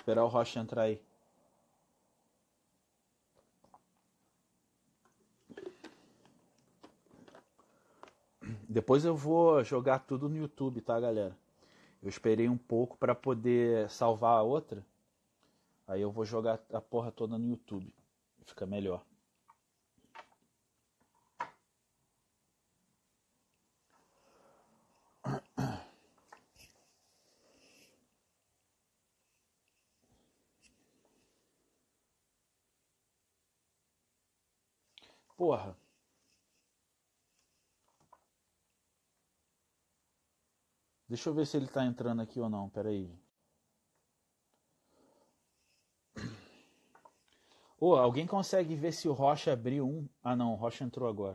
Esperar o Rocha entrar aí. Depois eu vou jogar tudo no YouTube, tá, galera? Eu esperei um pouco para poder salvar a outra. Aí eu vou jogar a porra toda no YouTube. Fica melhor. Porra. Deixa eu ver se ele tá entrando aqui ou não. Pera aí. Ô, alguém consegue ver se o Rocha abriu um? Ah, não. O Rocha entrou agora.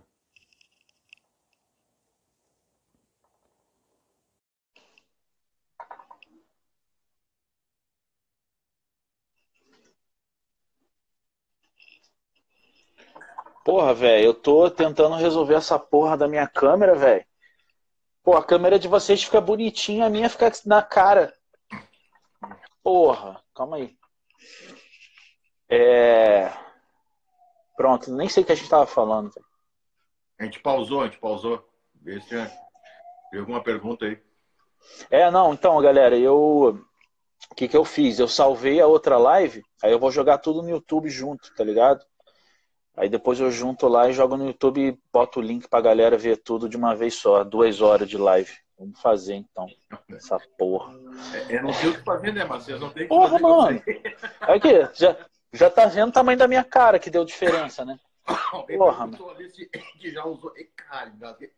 Porra, velho, eu tô tentando resolver essa porra da minha câmera, velho. Pô, a câmera de vocês fica bonitinha, a minha fica na cara. Porra, calma aí. Pronto, nem sei o que a gente tava falando, velho. A gente pausou. Vê se tem alguma pergunta aí. Não, então, galera, o que que eu fiz? Eu salvei a outra live, aí eu vou jogar tudo no YouTube junto, tá ligado? Aí depois eu junto lá e jogo no YouTube e boto o link pra galera ver tudo de uma vez só, 2 horas de live. Vamos fazer então, essa porra. Não tem o que fazer, né, mas vocês não tem o que Porra, fazer com isso mano. aí. Aqui, já tá vendo o tamanho da minha cara que deu diferença, né? Alguém Porra, perguntou ali se já usou. Cara,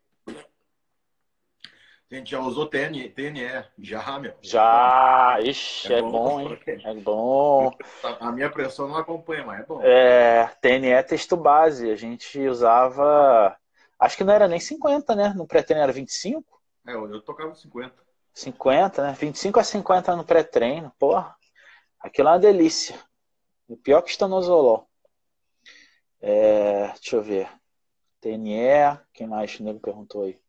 a gente já usou TNE. Já, meu. já. Ixi, É é bom. bom, hein? É bom. A minha pressão não acompanha, mas é bom. TNE texto base. A gente usava. Acho que não era nem 50, né? No pré-treino era 25? Eu tocava 50. 50, né? 25 a 50 no pré-treino. Porra, aquilo é uma delícia. O pior que estanozolol. Deixa eu ver. TNE. Quem mais? O nego perguntou aí.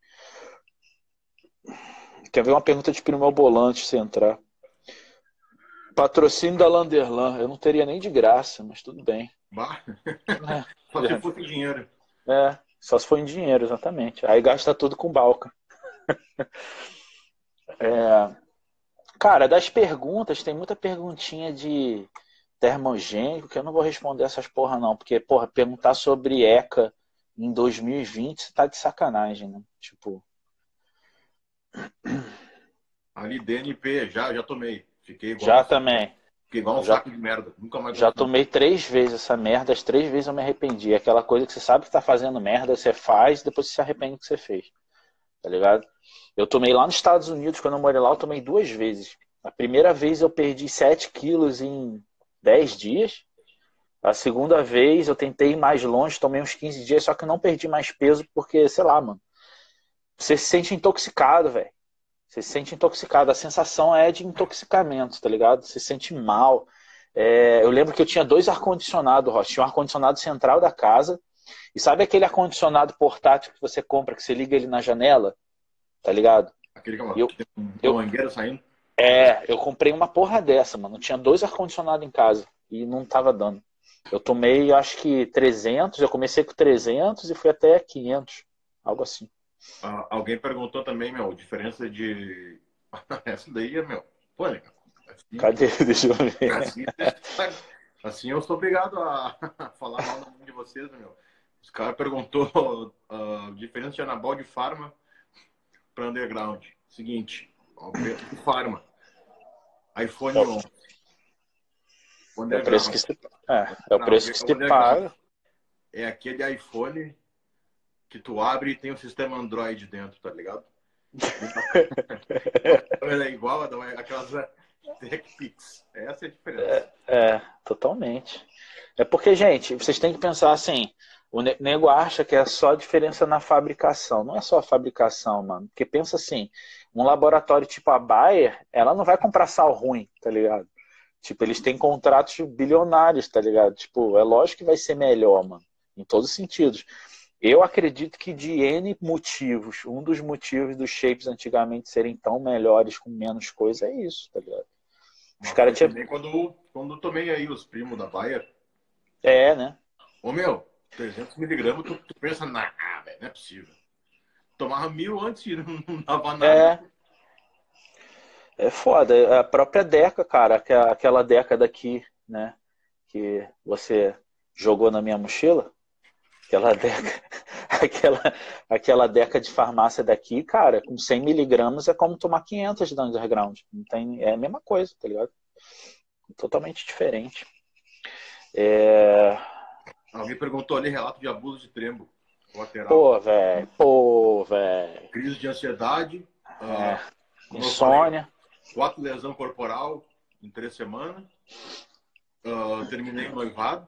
Quer ver uma pergunta de Primo Bolante se entrar? Patrocínio da Landerlan. Eu não teria nem de graça, mas tudo bem. Bah. Só se fosse dinheiro. Só se for em dinheiro, exatamente. Aí gasta tudo com balca. Cara, das perguntas, tem muita perguntinha de termogênico que eu não vou responder essas porra não, porque, porra, perguntar sobre ECA em 2020 você tá de sacanagem, né? Tipo... Ali, DNP, já tomei. Fiquei Já também. igual um Já, saco de merda. Nunca mais já gostei. tomei 3 vezes essa merda, as 3 vezes eu me arrependi. Aquela coisa que você sabe que tá fazendo merda, você faz, depois você se arrepende do que você fez. Tá ligado? Eu tomei lá nos Estados Unidos, quando eu morei lá, eu tomei 2 vezes. A primeira vez eu perdi 7 quilos em 10 dias. A segunda vez eu tentei ir mais longe, tomei uns 15 dias, só que não perdi mais peso porque, sei lá, mano. Você se sente intoxicado, velho. Você se sente intoxicado. A sensação é de intoxicamento, tá ligado? Você se sente mal. Eu lembro que eu tinha 2 ar-condicionados, Ross. Tinha um ar-condicionado central da casa. E sabe aquele ar-condicionado portátil que você compra, que você liga ele na janela? Tá ligado? Aquele Eu, que tem uma eu, mangueira saindo. eu comprei uma porra dessa, mano. Eu tinha 2 ar-condicionados em casa e não tava dando. Eu tomei, acho que 300, eu comecei com 300 e fui até 500, algo assim. Alguém perguntou também, meu, diferença de... Essa daí é, meu... Pô, legal. Assim, Cadê? Deixa eu ver. assim, assim eu sou obrigado a falar mal no nome de vocês, meu. Os caras perguntou a diferença de Anabol de Pharma para Underground. Seguinte, o preço de Pharma. iPhone 11. É o preço Underground. que se, é o preço que se paga. É aquele iPhone que tu abre e tem um sistema Android dentro, tá ligado? É igual aquelas TechPix. Essa é a diferença. Totalmente. É porque, gente, vocês têm que pensar assim, o nego acha que é só diferença na fabricação. Não é só a fabricação, mano. Porque pensa assim, um laboratório tipo a Bayer, ela não vai comprar sal ruim, tá ligado? Tipo, eles têm contratos bilionários, tá ligado? Tipo, é lógico que vai ser melhor, mano. Em todos os sentidos. Eu acredito que de N motivos, um dos motivos dos shapes antigamente serem tão melhores com menos coisa é isso, tá ligado? Os Mas caras foi que tinham. nem quando eu tomei aí os primos da Bayer. É, né? Ô, meu, 300 miligramas, tu pensa, velho, não é possível. Tomava 1.000 antes e não dava nada. É, é foda. A própria Deca, cara, aquela Deca daqui, né? Que você jogou na minha mochila. Aquela Deca, aquela, aquela Deca de farmácia daqui, cara, com 100 miligramas é como tomar 500 da Underground. Não tem, é a mesma coisa, tá ligado? Totalmente diferente. É... Alguém perguntou ali, relato de abuso de trembo lateral. Pô, velho, pô, velho. Crise de ansiedade, É, como eu falei, insônia. 4 lesão corporal em 3 semanas. Terminei o noivado.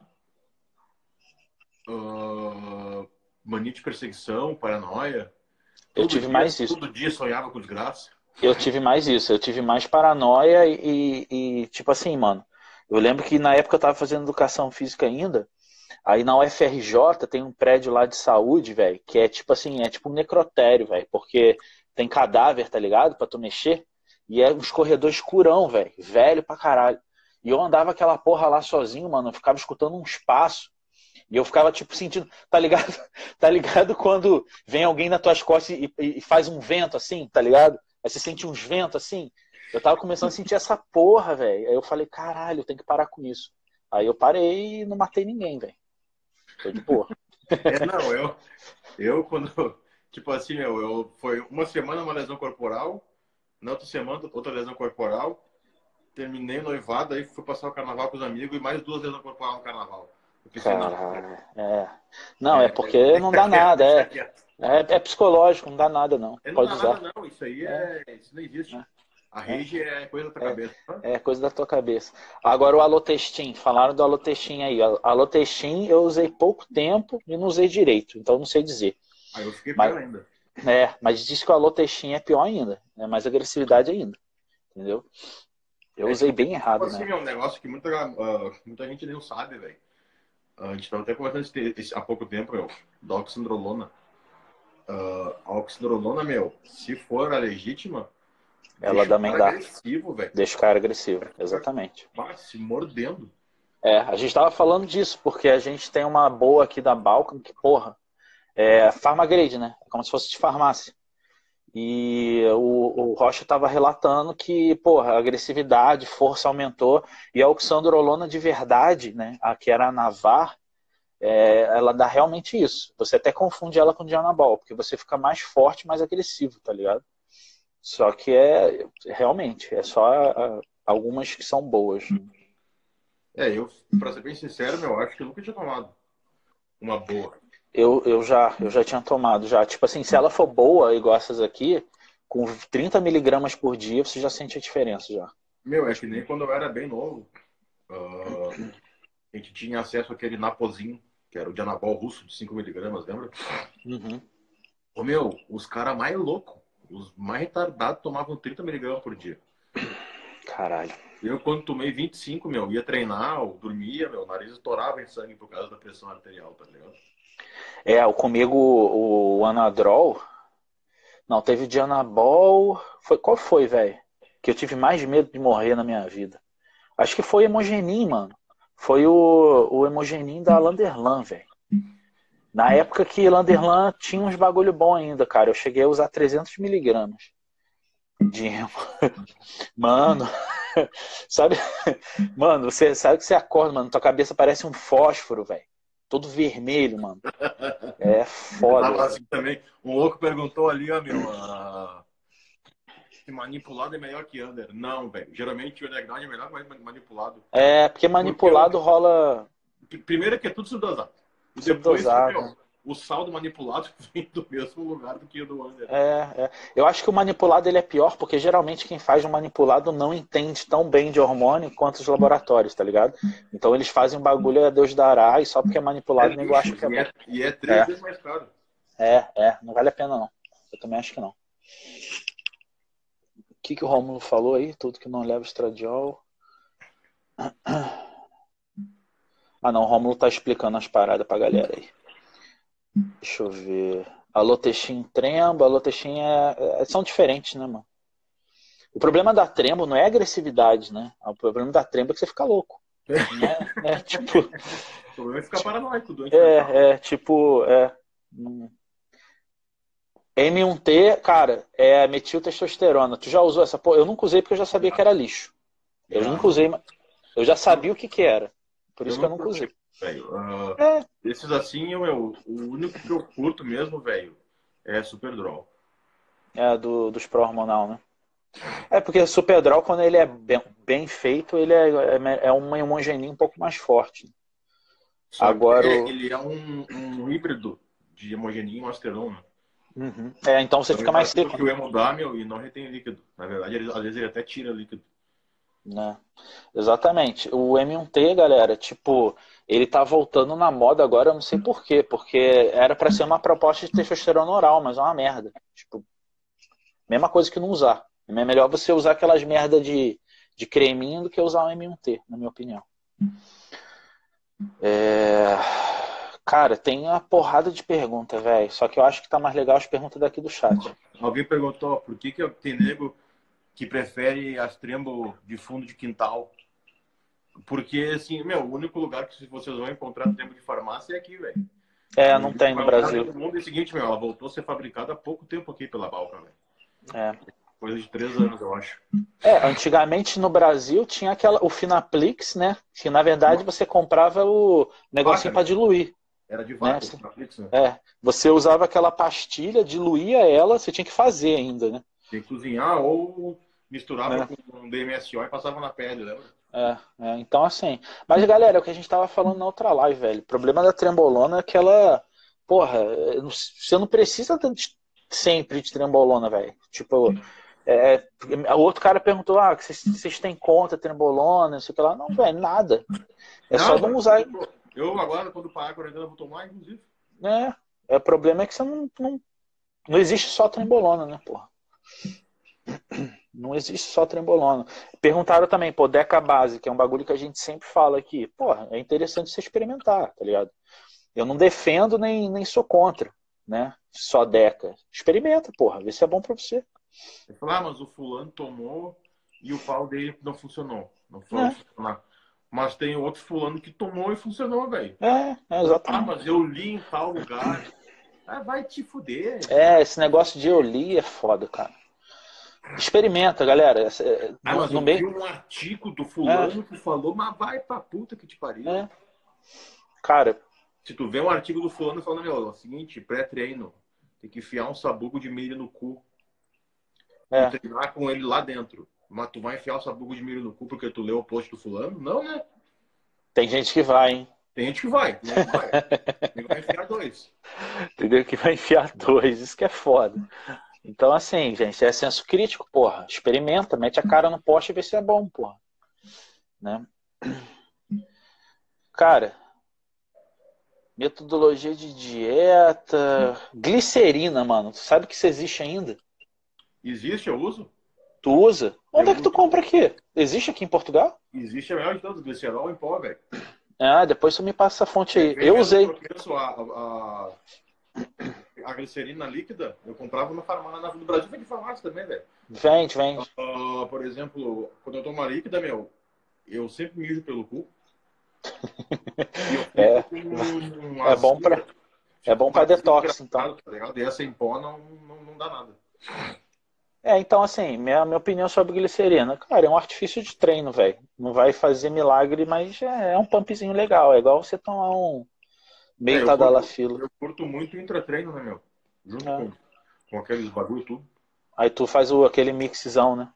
Mania de perseguição, paranoia. Eu tive mais isso. Todo dia sonhava com desgraça. Eu tive mais isso. Eu tive mais paranoia e tipo assim, mano. Eu lembro que na época eu tava fazendo educação física ainda. Aí na UFRJ tem um prédio lá de saúde, velho, que é tipo assim, é tipo um necrotério, velho, porque tem cadáver, tá ligado? Pra tu mexer. E é uns corredores escurão, velho, velho pra caralho. E eu andava aquela porra lá sozinho, mano, eu ficava escutando uns passos. E eu ficava, tipo, sentindo, tá ligado? Tá ligado quando vem alguém nas tuas costas e faz um vento assim, tá ligado? Aí você sente uns ventos assim. Eu tava começando a sentir essa porra, velho. Aí eu falei, caralho, eu tenho que parar com isso. Aí eu parei e não matei ninguém, velho. Tô de boa. Não, eu quando, tipo assim, foi uma semana uma lesão corporal, na outra semana outra lesão corporal, terminei o noivado, aí fui passar o carnaval com os amigos e mais 2 lesões corporais no carnaval. Eu pensei, não, Caralho, é. Não, é porque não deixa dá quieto, nada, deixa é. quieto. É psicológico, não dá nada, não. Não Pode dá nada usar. não, isso aí É, isso não existe. A é, rage é coisa da tua é, cabeça. Tá? é coisa da tua cabeça. Agora o Alotestin, falaram do Alotestin aí. Alotestin eu usei pouco tempo e não usei direito, então não sei dizer. Aí eu fiquei Mas, pior ainda. mas diz que o Alotestin é pior ainda, é mais agressividade ainda, entendeu? Eu usei bem Tipo errado, assim, né? é um negócio que muita gente nem sabe, velho. A gente tava até conversando há pouco tempo, meu, da oxandrolona. A oxandrolona, meu, se for a legítima, Ela deixa o também cara dá, agressivo, velho. deixa o cara agressivo, exatamente. Se mordendo. A gente tava falando disso, porque a gente tem uma boa aqui da Balkan que, porra, é Farmagrade, né? É como se fosse de farmácia. E o Rocha estava relatando que, porra, a agressividade, força aumentou. E a oxandrolona de verdade, né? A que era a Navar, ela dá realmente isso. Você até confunde ela com o Dianabol, porque você fica mais forte, mais agressivo, tá ligado? Só que realmente, é só algumas que são boas. Pra ser bem sincero, meu, acho que eu nunca tinha tomado uma boa. Eu já tinha tomado já. Tipo assim, se ela for boa, igual essas aqui, com 30 miligramas por dia, você já sente a diferença já. Meu, é que nem quando eu era bem novo, ah, a gente tinha acesso àquele Napozinho, que era o Dianabol russo de 5 miligramas, lembra? Uhum. Ô, meu, os caras mais loucos, os mais retardados tomavam 30 miligramas por dia. Caralho. Eu, quando tomei 25, meu, ia treinar, eu dormia, meu, o nariz estourava em sangue por causa da pressão arterial, tá ligado? Comigo o Anadrol. Não, teve o Dianabol. Qual foi, velho? Que eu tive mais medo de morrer na minha vida. Acho que foi Hemogenin, mano. Foi o Hemogenin da Landerlan, velho. Na época que Landerlan tinha uns bagulho bom ainda, cara. Eu cheguei a usar 300 miligramas de hemo. Mano, sabe? Mano, você sabe que você acorda, mano. Tua cabeça parece um fósforo, velho. Todo vermelho, mano. É Eu foda, tava velho. assim também. Um louco perguntou ali, ó, meu, se manipulado é melhor que under. Não, velho. Geralmente o underground é melhor que manipulado. Porque Porque manipulado rola primeiro que é tudo subdosado. E depois que, subdosado. meu, o saldo manipulado vem do mesmo lugar do que o do under. Eu acho que o manipulado ele é pior porque geralmente quem faz o manipulado não entende tão bem de hormônio quanto os laboratórios, tá ligado? Então eles fazem um bagulho a Deus dará e só porque é manipulado o nego acha que é bom. E é É, 3 vezes mais caro. não vale a pena não. Eu também acho que não. O que o Rômulo falou aí? Tudo que não leva estradiol. Ah não, o Rômulo tá explicando as paradas pra galera aí. Deixa eu ver. Alotexin tremba, Alotexin são diferentes, né, mano? O problema da trembo não é a agressividade, né? O problema da trembo é que você fica louco. Tipo... O problema é ficar paranoico, doente mental. Tipo... M1T, cara, é metiltestosterona. Tu já usou essa porra? Eu nunca usei porque eu já sabia que era lixo. Eu nunca usei, mas eu já sabia o que era. Por isso que eu nunca usei. Velho, esses assim, o único que eu curto mesmo, velho, é Superdrol. Dos pró-hormonal, né? Porque o Superdrol, quando ele é bem feito, ele é um homogeninho um pouco mais forte. Agora, ele é um híbrido de hemogeninho e masterona. Uhum. Então você fica mais seco. Que o hemo dá, e não retém líquido. Na verdade, às vezes ele até tira líquido. Né? Exatamente. O M1T, galera, tipo, ele tá voltando na moda agora, eu não sei por quê, porque era pra ser uma proposta de testosterona oral, mas é uma merda. Tipo, mesma coisa que não usar. É melhor você usar aquelas merda de creminho do que usar o M1T, na minha opinião. Cara, tem uma porrada de perguntas, velho. Só que eu acho que tá mais legal as perguntas daqui do chat. Alguém perguntou por que tem nego que prefere as trembo de fundo de quintal? Porque, assim, o único lugar que vocês vão encontrar trembo de farmácia é aqui, velho. Não tem no Brasil. O mundo é o seguinte, ela voltou a ser fabricada há pouco tempo aqui pela Balca, velho. Coisa de 3 anos, eu acho. Antigamente no Brasil tinha o Finaplix, né? Que na verdade você comprava o negocinho para diluir. Era de vaca, o Finaplix, né? Você usava aquela pastilha, diluía ela, você tinha que fazer ainda, né? Tinha que cozinhar ou misturava com um DMSO e passava na pele, lembra? Então assim. Mas galera, é o que a gente tava falando na outra live, velho. O problema da trembolona é que ela. Porra, você não precisa sempre de trembolona, velho. Tipo. O outro cara perguntou, vocês têm conta, trembolona, não sei o que lá. Não, velho, nada. Só não usar. Eu agora, quando parar a quarentena, vou tomar, inclusive. O problema é que você não existe só trembolona, né, porra? Não existe só trembolona. Perguntaram também, Deca Base, que é um bagulho que a gente sempre fala aqui. Porra, é interessante você experimentar, tá ligado? Eu não defendo nem sou contra, né? Só Deca. Experimenta, porra, vê se é bom pra você. Ele falou, mas o fulano tomou e o pau dele não funcionou. Não foi funcionar. Mas tem outro fulano que tomou e funcionou, velho. Exatamente. Mas eu li em tal lugar. Vai te fuder. Esse negócio de eu li é foda, cara. Experimenta, galera. Mas eu vi um artigo do fulano que falou, mas vai pra puta que te pariu. Cara... Se tu vê um artigo do fulano falando, é o seguinte, pré-treino, tem que enfiar um sabugo de milho no cu. E treinar com ele lá dentro. Mas tu vai enfiar o sabugo de milho no cu porque tu leu o post do fulano? Não, né? Tem gente que vai, hein? Tem gente que vai. Tem que vai enfiar 2. Entendeu? Que vai enfiar 2. Isso que é foda. Então, assim, gente, é senso crítico, porra. Experimenta, mete a cara no poste e vê se é bom, porra. Né? Cara, metodologia de dieta... Glicerina, mano. Tu sabe que isso existe ainda? Existe, eu uso. Tu usa? Onde é que tu compra aqui? Existe aqui em Portugal? Existe a melhor de todos, glicerol em pó, velho. Depois tu me passa a fonte aí. Eu usei. A glicerina líquida, eu comprava no Brasil, vem de farmácia também, velho. Vende. Por exemplo, quando eu tomo a líquida, eu sempre mijo pelo cu. É bom pra detox, então. Tá ligado? E essa em pó não dá nada. Então, assim, minha opinião sobre glicerina, cara, é um artifício de treino, velho. Não vai fazer milagre, mas é um pumpzinho legal. É igual você tomar um meio tadalafila. Eu curto muito o intratreino, né, meu? Junto com aqueles bagulho tudo. Aí tu faz aquele mixzão, né?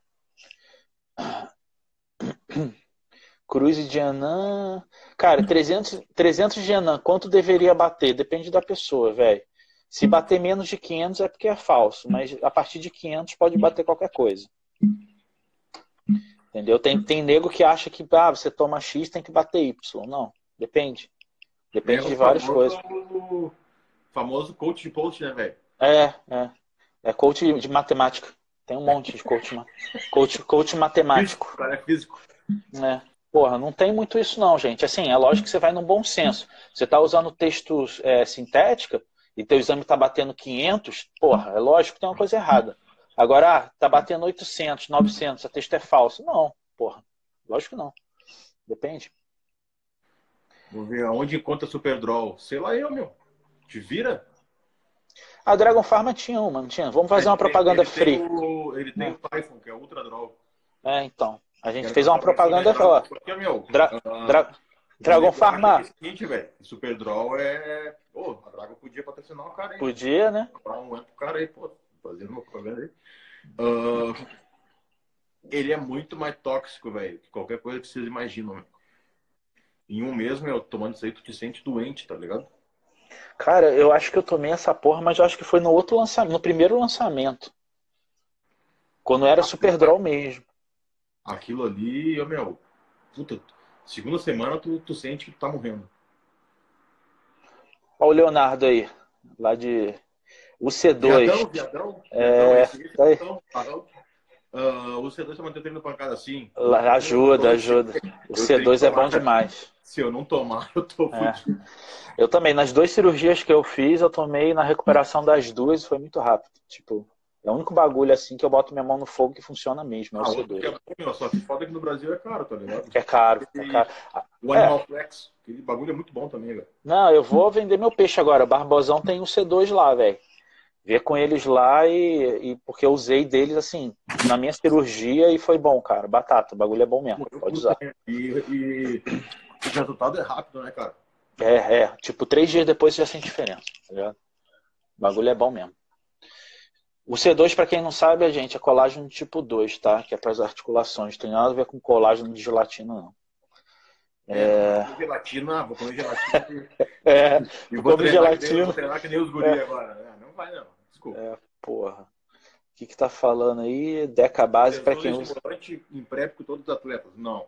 Cruze de Anã. Cara, 300 de Anã, quanto deveria bater? Depende da pessoa, velho. Se bater menos de 500 é porque é falso, mas a partir de 500 pode bater qualquer coisa. Entendeu? Tem nego que acha que você toma X, tem que bater Y. Não, depende. Depende de várias coisas. O famoso coach de post, né, velho? É coach de matemática. Tem um monte de coach matemático. O cara é físico. Porra, não tem muito isso não, gente. Assim, é lógico que você vai no bom senso. Você tá usando texto sintética e teu exame tá batendo 500, porra, é lógico que tem uma coisa errada. Agora, tá batendo 800, 900, a texto é falso. Não, porra. Lógico que não. Depende. Vamos ver aonde encontra Superdraw. Sei lá eu, meu. Te vira? A Dragon Pharma tinha uma, não tinha? Vamos fazer uma propaganda free. Ele tem o Typhon, que é Ultra Draw. Então. A gente Quero fez uma passar por cima, propaganda. Ó, porque, meu, Dragon Pharma. É o seguinte, velho. Superdraw é... Pô, a Dragon podia patrocinar o cara aí. Podia, né? Dar um pro cara aí, pô. Fazendo uma propaganda aí. Ele é muito mais tóxico, velho, que qualquer coisa que vocês imaginam. Né? Em um mês, meu, tomando isso aí, tu te sente doente, tá ligado? Cara, eu acho que eu tomei essa porra, mas eu acho que foi no outro lançamento, no primeiro lançamento. Quando era Superdraw mesmo. Aquilo ali, meu, puta, segunda semana tu sente que tu tá morrendo. Olha o Leonardo aí, lá de UC2. Viadão, esse tá aí. O C2 tá mantendo pancada assim. Ajuda. O C2 é bom demais. Se eu não tomar, eu tô fudido. Eu também, nas 2 cirurgias que eu fiz, eu tomei na recuperação das 2 e foi muito rápido. Tipo, é o único bagulho assim que eu boto minha mão no fogo que funciona mesmo, é o C2. Que é bom, meu, só que foda que no Brasil é caro, tá ligado? É caro. O Animal Flex, aquele bagulho é muito bom também, velho. Não, eu vou vender meu peixe agora. O Barbosão tem um C2 lá, velho. Ver com eles lá e porque eu usei deles assim, na minha cirurgia e foi bom, cara. Batata, o bagulho é bom mesmo. Pode usar. E o resultado é rápido, né, cara? Tipo, 3 dias depois você já sente diferença, tá ligado? O bagulho é bom mesmo. O C2, pra quem não sabe, gente, é colágeno tipo 2, tá? Que é para as articulações. Tem nada a ver com colágeno de gelatina, não. Vou comer gelatina. Vou comer gelatina. Vou treinar que nem os guri agora. Não vai, não. Desculpa. Porra. O que tá falando aí? Deca base pra quem usa. Em pré com todos os atletas? Não.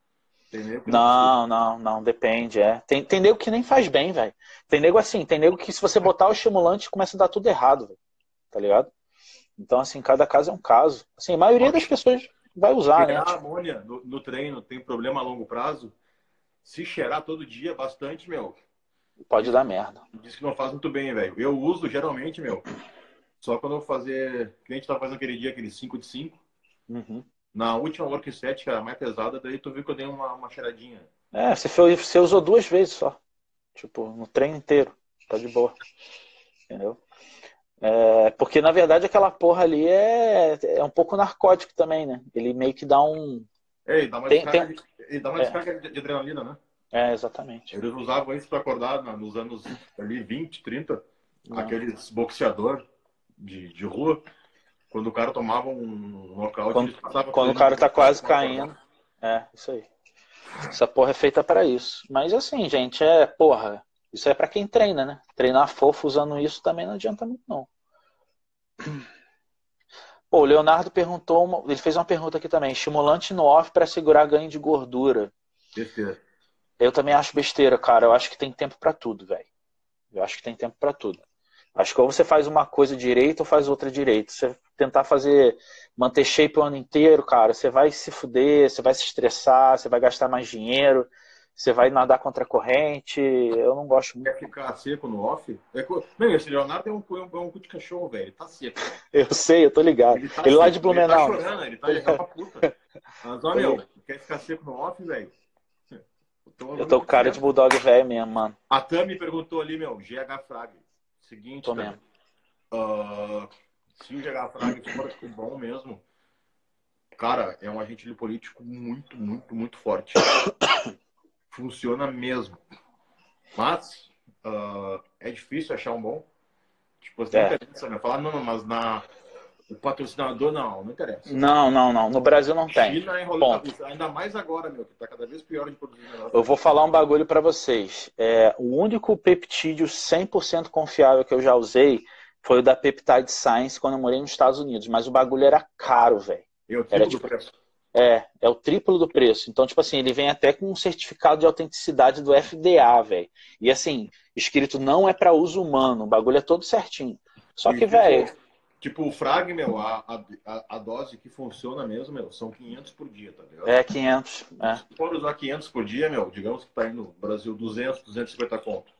Não, depende, Tem nego que nem faz bem, velho. Tem nego assim, tem nego que se você botar o estimulante começa a dar tudo errado, véio, tá ligado? Então, assim, cada caso é um caso. Assim, a maioria das pessoas vai usar, né? A amônia no treino tem problema a longo prazo. Se cheirar todo dia bastante, meu... Pode dar merda. Diz que não faz muito bem, velho. Eu uso geralmente, meu, só quando eu fazer... Que a gente tava fazendo aquele dia, aquele 5 de 5. Uhum. Na última work set, que era mais pesada, daí tu viu que eu dei uma cheiradinha. Você usou 2 vezes só. Tipo, no treino inteiro. Tá de boa. Entendeu? Porque, na verdade, aquela porra ali é um pouco narcótico também, né? Ele meio que dá um... Ele dá uma descarga de adrenalina, né? Exatamente. Eles usavam isso pra acordar nos anos ali 20, 30. Aqueles boxeador de rua. Quando o cara tomava um nocaute, quando o cara tá quase caindo. Isso aí. Essa porra é feita pra isso. Mas assim, gente, porra. Isso é pra quem treina, né? Treinar fofo usando isso também não adianta muito, não. Pô, o Leonardo perguntou, ele fez uma pergunta aqui também. Estimulante no off pra segurar ganho de gordura. Besteira. Eu também acho besteira, cara. Eu acho que tem tempo pra tudo, velho. Eu acho que tem tempo pra tudo. Acho que ou você faz uma coisa direito ou faz outra direito. Você tentar manter shape o ano inteiro, cara, você vai se fuder, você vai se estressar, você vai gastar mais dinheiro, você vai nadar contra a corrente. Eu não gosto muito. Quer ficar seco no off? Não, esse Leonardo é um cu de cachorro, velho. Ele tá seco. Eu sei, eu tô ligado. Ele lá de Blumenau. Ele tá chorando, ele tá uma puta. Mas, ó, meu, quer ficar seco no off, velho? Eu tô com cara de bulldog velho mesmo, mano. A Tami perguntou ali, meu, GH Frag. Seguinte, tô mesmo. Se o GH Frag for bom mesmo, cara, é um agente político muito, muito, muito forte. Funciona mesmo. Mas é difícil achar um bom. Tipo, você não interessa, né? Falar, não, mas o patrocinador não interessa. Não. No Brasil não tem. China é enrolado. Ainda mais agora, meu, que tá cada vez pior de produzir negócio. Eu vou falar um bagulho pra vocês. O único peptídeo 100% confiável que eu já usei foi o da Peptide Science quando eu morei nos Estados Unidos. Mas o bagulho era caro, velho. Era tipo preço. É o triplo do preço. Então, tipo assim, ele vem até com um certificado de autenticidade do FDA, velho. E assim, escrito não é pra uso humano. O bagulho é todo certinho. Só que, velho... Tipo, o Frag, meu, a dose que funciona mesmo, meu, são 500 por dia, tá ligado? 500. Se for usar 500 por dia, meu, digamos que tá indo no Brasil 200, 250 conto.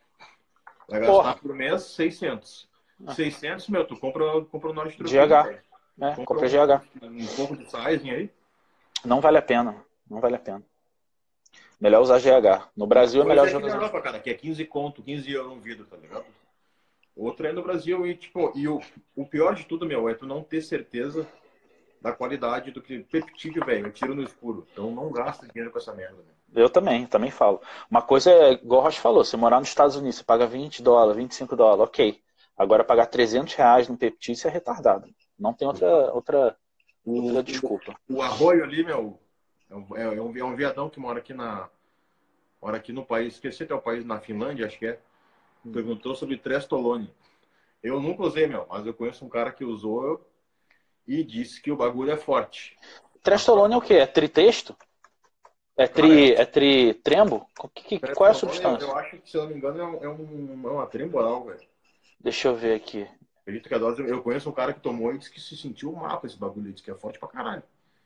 Vai gastar por mês 600. 600, meu, tu compra o Norte Tropical. GH. Compra Compra GH. um pouco de sizing aí. Não vale a pena. Não vale a pena. Melhor usar GH. No Uma Brasil é coisa melhor é aqui na usar. Europa, cara, que é 15 conto, 15 euros um vidro, tá ligado? Outra é no Brasil e, tipo, o pior de tudo, meu, é tu não ter certeza da qualidade do que peptídeo, velho, é tiro no escuro. Então não gasta dinheiro com essa merda, né? Eu também falo. Uma coisa é, igual o Rocha falou, você morar nos Estados Unidos, você paga $20, $25, ok. Agora pagar R$ 300 no peptídeo, isso é retardado. Não tem outra desculpa. O Arroio ali, meu, é um viadão que mora aqui no país, esqueci até o país, na Finlândia, acho que é. Perguntou sobre Trestolone. Eu nunca usei, meu, mas eu conheço um cara que usou e disse que o bagulho é forte. Trestolone é o quê? É tritexto? Cara, É tritrembo? Qual é a Trestolone, eu substância? acho que, se eu não me engano, é uma tremboral, velho. Deixa eu ver aqui. Acredito que a dose, eu conheço um cara que tomou e disse que se sentiu mal com esse bagulho, disse que é forte pra caralho.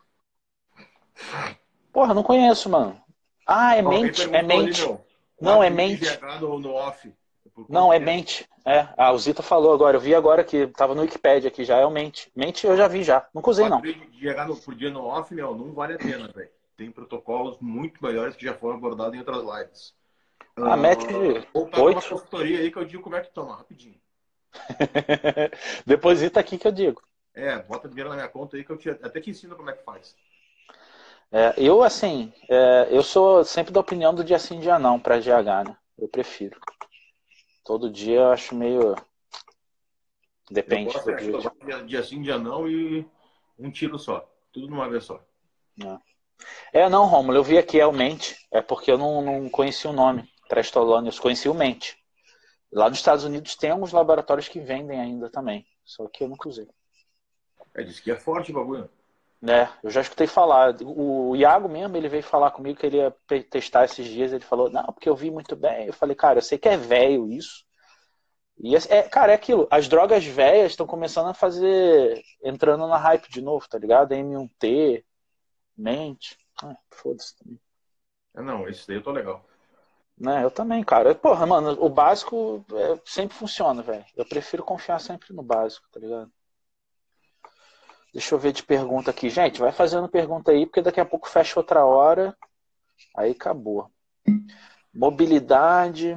Porra, não conheço, mano. Ah, é Alguém mente, é perguntou ali, mente. meu, Não, é 4 mente. GH no off. Por Não, quanto é tempo? mente. É, a Zita falou agora. Eu vi agora que tava no Wikipedia aqui já. É o mente. Mente eu já vi já. Nunca usei, não. 4 GH por dia no off, meu, não vale a pena, velho. Tem protocolos muito melhores que já foram abordados em outras lives. Ah, mete de Vou pagar uma 8. consultoria aí que eu digo como é que toma, rapidinho. Depois Zita aqui que eu digo. Bota dinheiro na minha conta aí que até te ensino como é que faz. Eu, assim, eu sou sempre da opinião do dia sim, dia não pra GH, né? Eu prefiro. Todo dia eu acho meio. Eu Depende gosto, do eu objetivo. gosto de dia sim, dia não e um tiro só. Tudo numa vez só. Não, Rômulo, eu vi aqui, é o mente. É porque eu não conheci o nome. Trestolone, eu conheci o mente. Lá nos Estados Unidos tem alguns laboratórios que vendem ainda também. Só que eu nunca usei. Diz que é forte o bagulho. Eu já escutei falar. O Iago mesmo, ele veio falar comigo que ele ia testar esses dias. Ele falou, não, porque eu vi muito bem. Eu falei, cara, eu sei que é velho isso. E, cara, é aquilo. As drogas velhas estão começando a fazer. Entrando na hype de novo, tá ligado? M1T, mente. Foda-se também. Não, esse daí eu tô legal. Né, eu também, cara. Porra, mano, o básico sempre funciona, velho. Eu prefiro confiar sempre no básico, tá ligado? Deixa eu ver de pergunta aqui. Gente, vai fazendo pergunta aí, porque daqui a pouco fecha outra hora. Aí acabou. Mobilidade.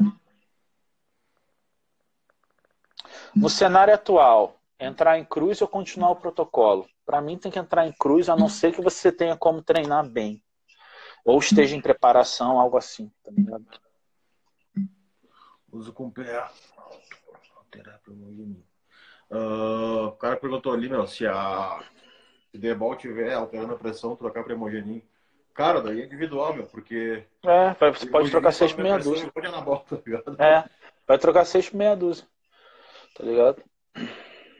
No cenário atual, entrar em cruz ou continuar o protocolo? Para mim tem que entrar em cruz, a não ser que você tenha como treinar bem. Ou esteja em preparação, algo assim. Tá ligado? Uso com PA. Alterar para o cara perguntou ali, meu, se a Debol tiver alterando a pressão, trocar para hemogenin. Cara, daí é individual, meu, porque Você o pode trocar hemogenin 6 sobe por minha meia pressão dúzia. igual de anabol, tá ligado? Vai trocar 6 por meia dúzia. Tá ligado?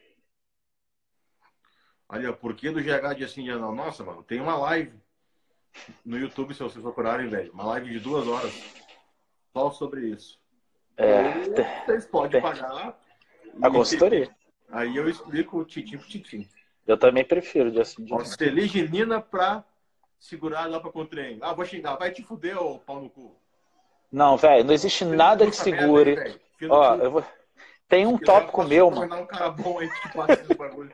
Olha, por que do GH de assim, não? Nossa, mano, tem uma live no YouTube, se vocês procurarem, velho. Uma live de 2 horas só sobre isso. Ou vocês podem pagar A e consultoria. aí eu explico o titim pro titim. Eu também prefiro de assim de Ó, não. seliginina pra segurar lá pra Contrain. Ah, vou xingar. Vai te fuder, ô pau no cu. Não, velho, não existe nada que Puxa merda aí, segure. velho. Fia no Ó, cu. Tem Se um quiser, eu tópico posso meu, mano. recomendar um cara bom aí que te passa esse bagulho.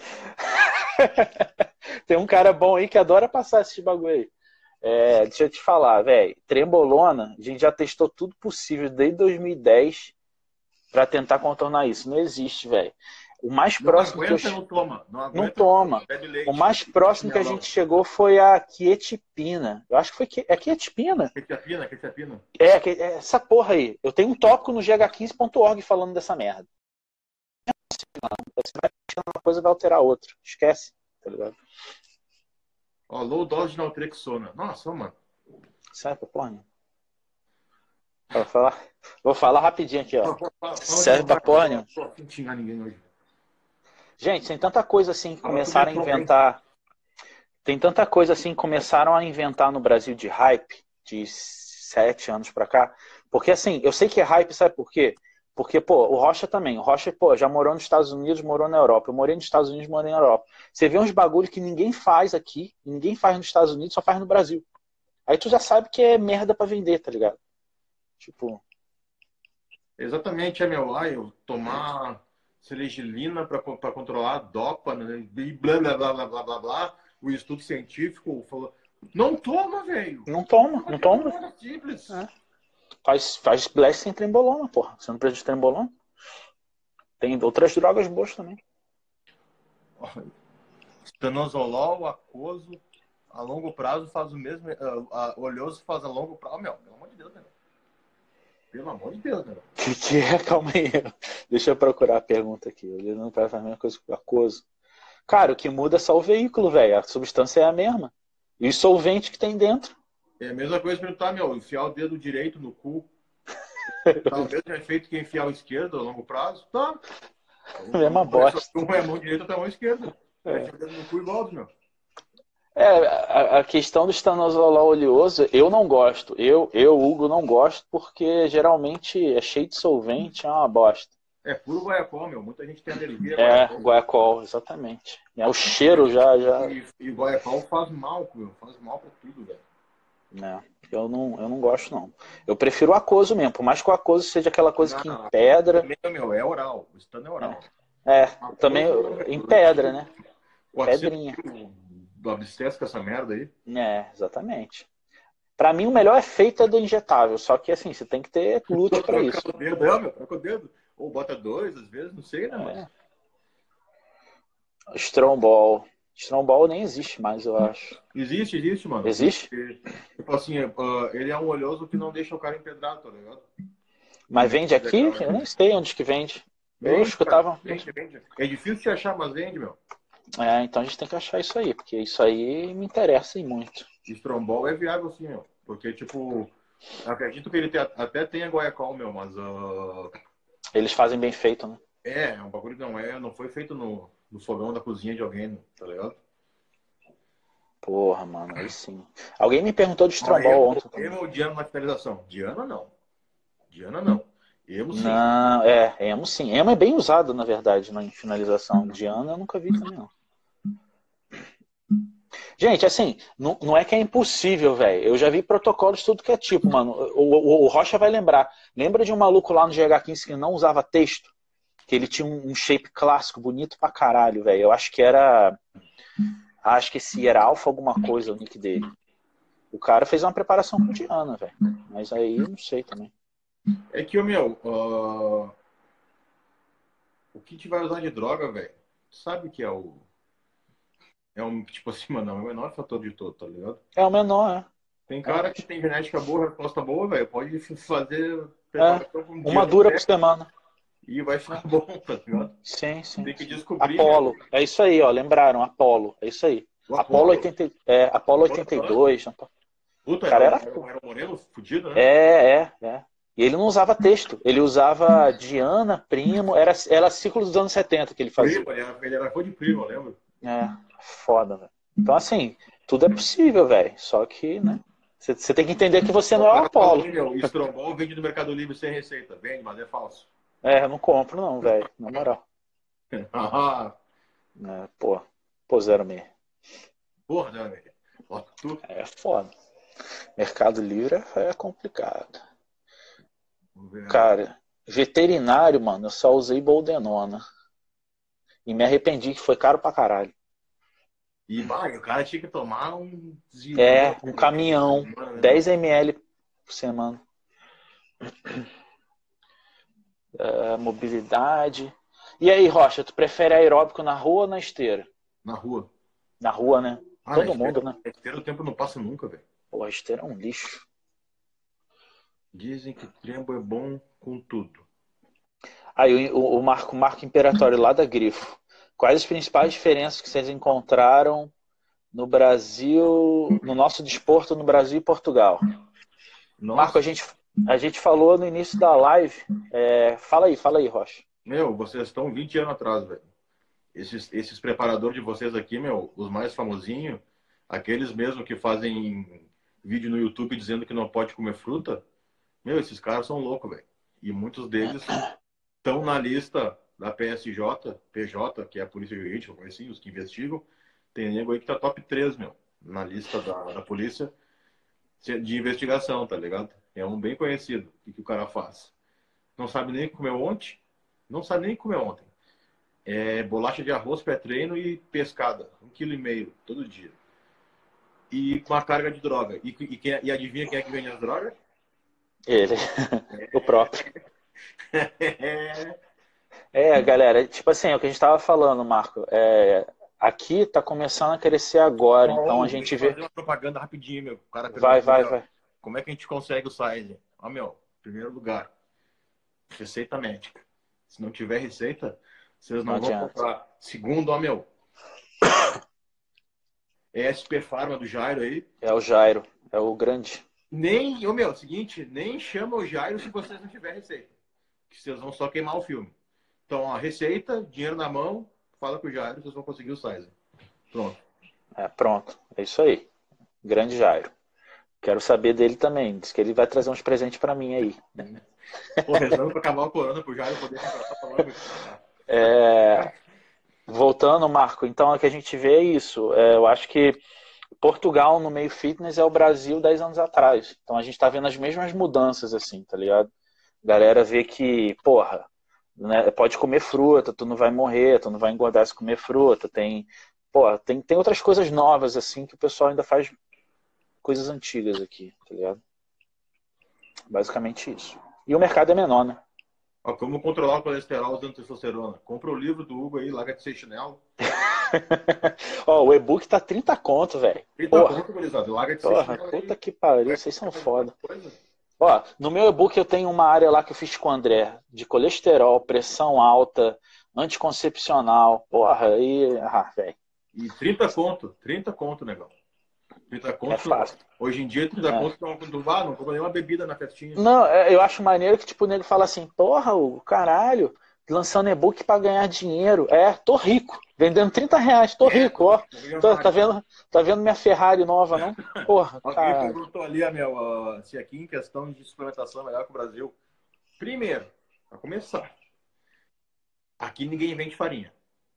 Tem um cara bom aí que adora passar esse bagulho aí. Deixa eu te falar, velho. Trembolona, a gente já testou tudo possível desde 2010 pra tentar contornar isso. Não existe, velho. O mais Não próximo que eu. aguenta, não toma. Não Não aguenta, não toma. toma. Bebe O leite. mais próximo que a Chinelão. gente chegou foi a quietipina. Eu acho que foi. É quietipina? Quetiapina. Essa porra aí. Eu tenho um tópico no gh15.org falando dessa merda. Você vai mexer uma coisa vai alterar a outra. Esquece, tá ligado? Ó, low dose de naltrexona. Nossa, mano. Sai pra porra, não. Vou falar rapidinho aqui, ó. Serve pra porra, não. Não tô afim de xingar ninguém hoje. Gente, tem tanta coisa assim que Fala pro começaram a Betão, hein? inventar. Tem tanta coisa assim que começaram a inventar no Brasil de hype, de 7 anos pra cá. Porque assim, eu sei que é hype, sabe por quê? Porque, pô, o Rocha também. O Rocha, pô, já morou nos Estados Unidos, morou na Europa. Eu morei nos Estados Unidos, morei na Europa. Você vê uns bagulho que ninguém faz aqui, ninguém faz nos Estados Unidos, só faz no Brasil. Aí tu já sabe que é merda pra vender, tá ligado? Tipo. Exatamente, é meu. Eu tomar Selegilina para controlar, dopa, né? E blá, blá, blá, blá, blá, blá, blá. O estudo científico falou, não toma, velho. Não toma, não toma. É simples. É. Faz blast sem trembolona, porra. Você não precisa de trembolona. Tem outras drogas boas também. Estanozolol, aquoso, a longo prazo faz o mesmo. Oleoso faz a longo prazo. Meu, pelo amor de Deus, né? Pelo amor de Deus, né? O que é? Calma aí. Deixa eu procurar a pergunta aqui. Ele não faz a mesma coisa que o aquoso. Cara, o que muda é só o veículo, velho. A substância é a mesma. E o solvente que tem dentro. É a mesma coisa perguntar, meu, enfiar o dedo direito no cu. Tá o mesmo efeito que enfiar o esquerdo a longo prazo? Tá. A mesma bosta. Um é a mão direita, outra é a mão esquerda. É. Enfiar o dedo no cu igual, meu. A questão do estanozolol oleoso, eu não gosto. Hugo, não gosto porque geralmente é cheio de solvente, é uma bosta. É puro guaiacol, meu. Muita gente tem alergia a guaiacol. Guaiacol, exatamente. O cheiro já... E guaiacol faz mal, meu. Faz mal pra tudo, velho. Eu não gosto, não. Eu prefiro o aquoso mesmo, por mais que o aquoso seja aquela coisa que empedra. Meu, é oral. O estando é oral. Também em pedra, né? Pedrinha. Abstece com essa merda aí. Exatamente. Pra mim, o melhor é feito do injetável, só que assim, você tem que ter glúteo pra isso. Troca o dedo. Ou bota 2, às vezes, não sei, né, mano? Strombol. Strombol nem existe mais, eu acho. Existe, mano. Existe? Tipo assim, ele é um oleoso que não deixa o cara empedrado, tá ligado? Mas vende aqui? Eu nem sei onde que vende. Eu escutava. Vende. É difícil de achar, mas vende, meu. Então a gente tem que achar isso aí, porque isso aí me interessa muito. Strombol é viável sim, meu. Porque, tipo, acredito que ele até tenha guaiacol, meu, mas... Eles fazem bem feito, né? É um bagulho que não foi feito no fogão da cozinha de alguém, tá ligado? Porra, mano, aí sim. Alguém me perguntou de Strombol ontem também. Emo ou Diana na finalização? Diana não. Emo sim. Não, Emo sim. Emo é bem usado, na verdade, em finalização. Diana eu nunca vi também, não. Gente, assim, não é que é impossível, velho. Eu já vi protocolos tudo que é tipo, mano. O Rocha vai lembrar. Lembra de um maluco lá no GH15 que não usava texto? Que ele tinha um shape clássico, bonito pra caralho, velho. Eu acho que era... Acho que esse era Alpha alguma coisa, o nick dele. O cara fez uma preparação com Diana, velho. Mas aí, não sei também. É que, meu... O que te vai usar de droga, velho? Sabe que é tipo assim, mano, é o menor fator de todo, tá ligado? É o menor, Tem cara que tem genética boa, resposta boa, velho. Pode fazer uma dura por semana. E vai ficar bom, tá ligado? Sim. Tem que descobrir. Apolo. É isso aí, ó. Lembraram? Apolo. É isso aí. Apolo 82. Puta, o cara era um moreno fudido, né? E ele não usava texto. Ele usava Diana, Primo. Era ciclo dos anos 70 que ele fazia. Ele era fã de Primo, eu lembro. Foda, velho. Então, assim, tudo é possível, velho. Só que, né? Você tem que entender que você não é o Apolo. Strombol vende no Mercado Livre sem receita. Vende, mas é falso. Eu não compro, não, velho. Na moral. Pô, 06. Porra, 06. É foda. Mercado Livre é complicado. Cara, veterinário, mano, eu só usei Boldenona. E me arrependi que foi caro pra caralho. E o cara tinha que tomar um caminhão, 10 ml por semana. Mobilidade. E aí, Rocha, tu prefere aeróbico na rua ou na esteira? Na rua. Na rua, né? Todo mundo, né? Na esteira o tempo não passa nunca, velho. Pô, a esteira é um lixo. Dizem que trembo é bom com tudo. Aí o Marco Imperatório lá da Grifo. Quais as principais diferenças que vocês encontraram no Brasil, no nosso desporto no Brasil e Portugal? Nossa. Marco, a gente falou no início da live. Fala aí, Rocha. Meu, vocês estão 20 anos atrás, velho. Esses preparadores de vocês aqui, meu, os mais famosinhos, aqueles mesmo que fazem vídeo no YouTube dizendo que não pode comer fruta, meu, esses caras são loucos, velho. E muitos deles estão na lista da PJ, que é a Polícia Jurídica, assim, os que investigam. Tem nego aí que tá top 3, meu, na lista da polícia de investigação, tá ligado? É um bem conhecido. O que o cara faz? Não sabe nem o que comeu ontem. Não sabe nem o que comeu ontem. É bolacha de arroz, pré-treino e pescada. 1,5 kg todo dia. E com uma carga de droga. E adivinha quem é que vende as drogas? Ele, o próprio. Galera, tipo assim, é o que a gente tava falando, Marco. Aqui tá começando a crescer agora, então a gente Deixa eu vê. fazer uma propaganda rapidinho, meu. O cara Vai, perguntou vai, ali, ó, vai. como é que a gente consegue o size? Ó, meu, primeiro lugar, receita médica. Se não tiver receita, vocês Não não vão adianta. comprar. Segundo, ó, meu, SP Pharma do Jairo aí. É o Jairo, é o grande. Nem, ô, meu, seguinte, nem chama o Jairo se vocês não tiverem receita. Que vocês vão só queimar o filme. Então, ó, receita, dinheiro na mão, fala com o Jairo, vocês vão conseguir o size. Pronto. Pronto, é isso aí. Grande Jairo. Quero saber dele também. Diz que ele vai trazer uns presentes pra mim aí. Pô, rezando pra acabar o corona pro Jairo poder comprar logo. Voltando, Marco, então o que a gente vê é isso. Eu acho que Portugal no meio fitness é o Brasil 10 anos atrás. Então a gente tá vendo as mesmas mudanças, assim, tá ligado? Galera vê que, porra, né, pode comer fruta, tu não vai morrer, tu não vai engordar se comer fruta. Porra, tem outras coisas novas, assim, que o pessoal ainda faz coisas antigas aqui, tá ligado? Basicamente isso. E o mercado é menor, né? Ó, como controlar o colesterol usando testosterona? Compra o livro do Hugo aí, larga de ser chinelo. Ó, o e-book tá 30 conto, velho. 30 Porra, conto, gurizada. Larga de ser porra, chinelo puta aí. que pariu, vocês são foda. Ó, no meu e-book eu tenho uma área lá que eu fiz com o André, de colesterol, pressão alta, anticoncepcional, porra, velho. E 30 conto, negão. 30 É conto, fácil. hoje em dia 30 É. conto não compra nenhuma bebida na festinha. Não, eu acho maneiro que tipo, o nego fala assim, porra, o caralho, lançando e-book pra ganhar dinheiro. Tô rico, vendendo R$ 30, tô rico, ó. Tá vendo minha Ferrari nova, não? Porra, Alguém caralho. perguntou ali, se aqui em questão de suplementação é melhor que o Brasil. Primeiro, para começar, aqui ninguém vende farinha.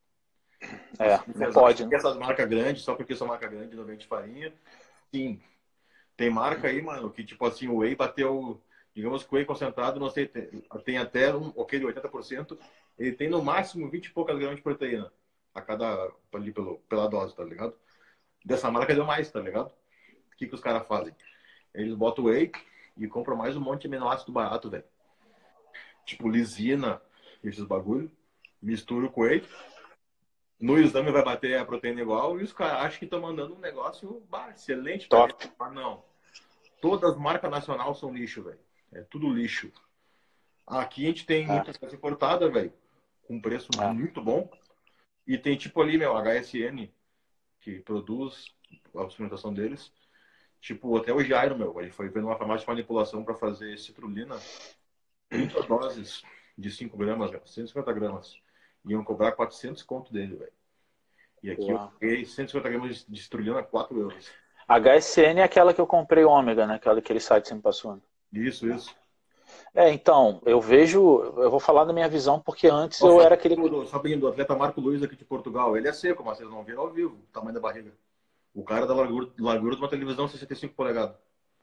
Não pode, né? Essas marcas grandes, só porque são marca grande não vende farinha. Sim. Tem marca aí, mano, que tipo assim, o whey bateu, digamos que o whey concentrado, não sei, tem até ok de 80%, ele tem no máximo 20 e poucas gramas de proteína a cada, ali pela dose, tá ligado? Dessa marca deu mais, tá ligado? O que os caras fazem? Eles botam whey e compram mais um monte de aminoácido barato, velho. Tipo lisina, esses bagulho, mistura com whey. No exame vai bater a proteína igual e os caras acham que estão mandando um negócio excelente. Top. Mas não. Todas as marcas nacionais são lixo, velho. É tudo lixo. Aqui a gente tem muita coisa importada, velho. Com preço muito bom. E tem tipo ali, meu, HSN, que produz a suplementação deles. Tipo, até o Jairo, meu, ele foi vendo uma farmácia de manipulação para fazer citrulina. 30 doses de 5 gramas, velho. 150 gramas. Iam cobrar 400 conto dele, velho. E aqui eu paguei 150 gramas de citrulina a 4 euros. HSN é aquela que eu comprei ômega, né? Aquele site que você me passou. Isso. Então, eu vou falar da minha visão, porque antes eu era aquele... Sabendo, o atleta Marco Luiz aqui de Portugal, ele é seco, mas vocês não viram ao vivo o tamanho da barriga. O cara da largura de uma televisão 65 polegadas.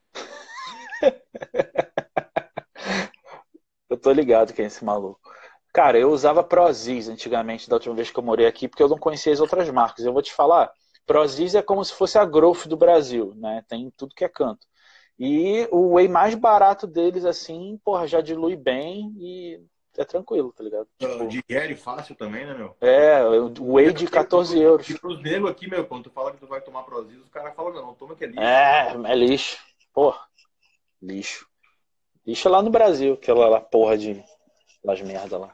Eu tô ligado quem é esse maluco. Cara, eu usava Prozis antigamente, da última vez que eu morei aqui, porque eu não conhecia as outras marcas. Eu vou te falar, Prozis é como se fosse a Growth do Brasil, né? Tem tudo que é canto. E o whey mais barato deles, assim, porra, já dilui bem e é tranquilo, tá ligado? Tipo, digere fácil também, né, meu? O whey de 14 euros. E pros negros aqui, meu, quando tu fala que tu vai tomar Prozis, os caras falam, não toma que é lixo. É lixo. Porra, lixo. Lixo é lá no Brasil, aquela lá, porra de... Las merda lá.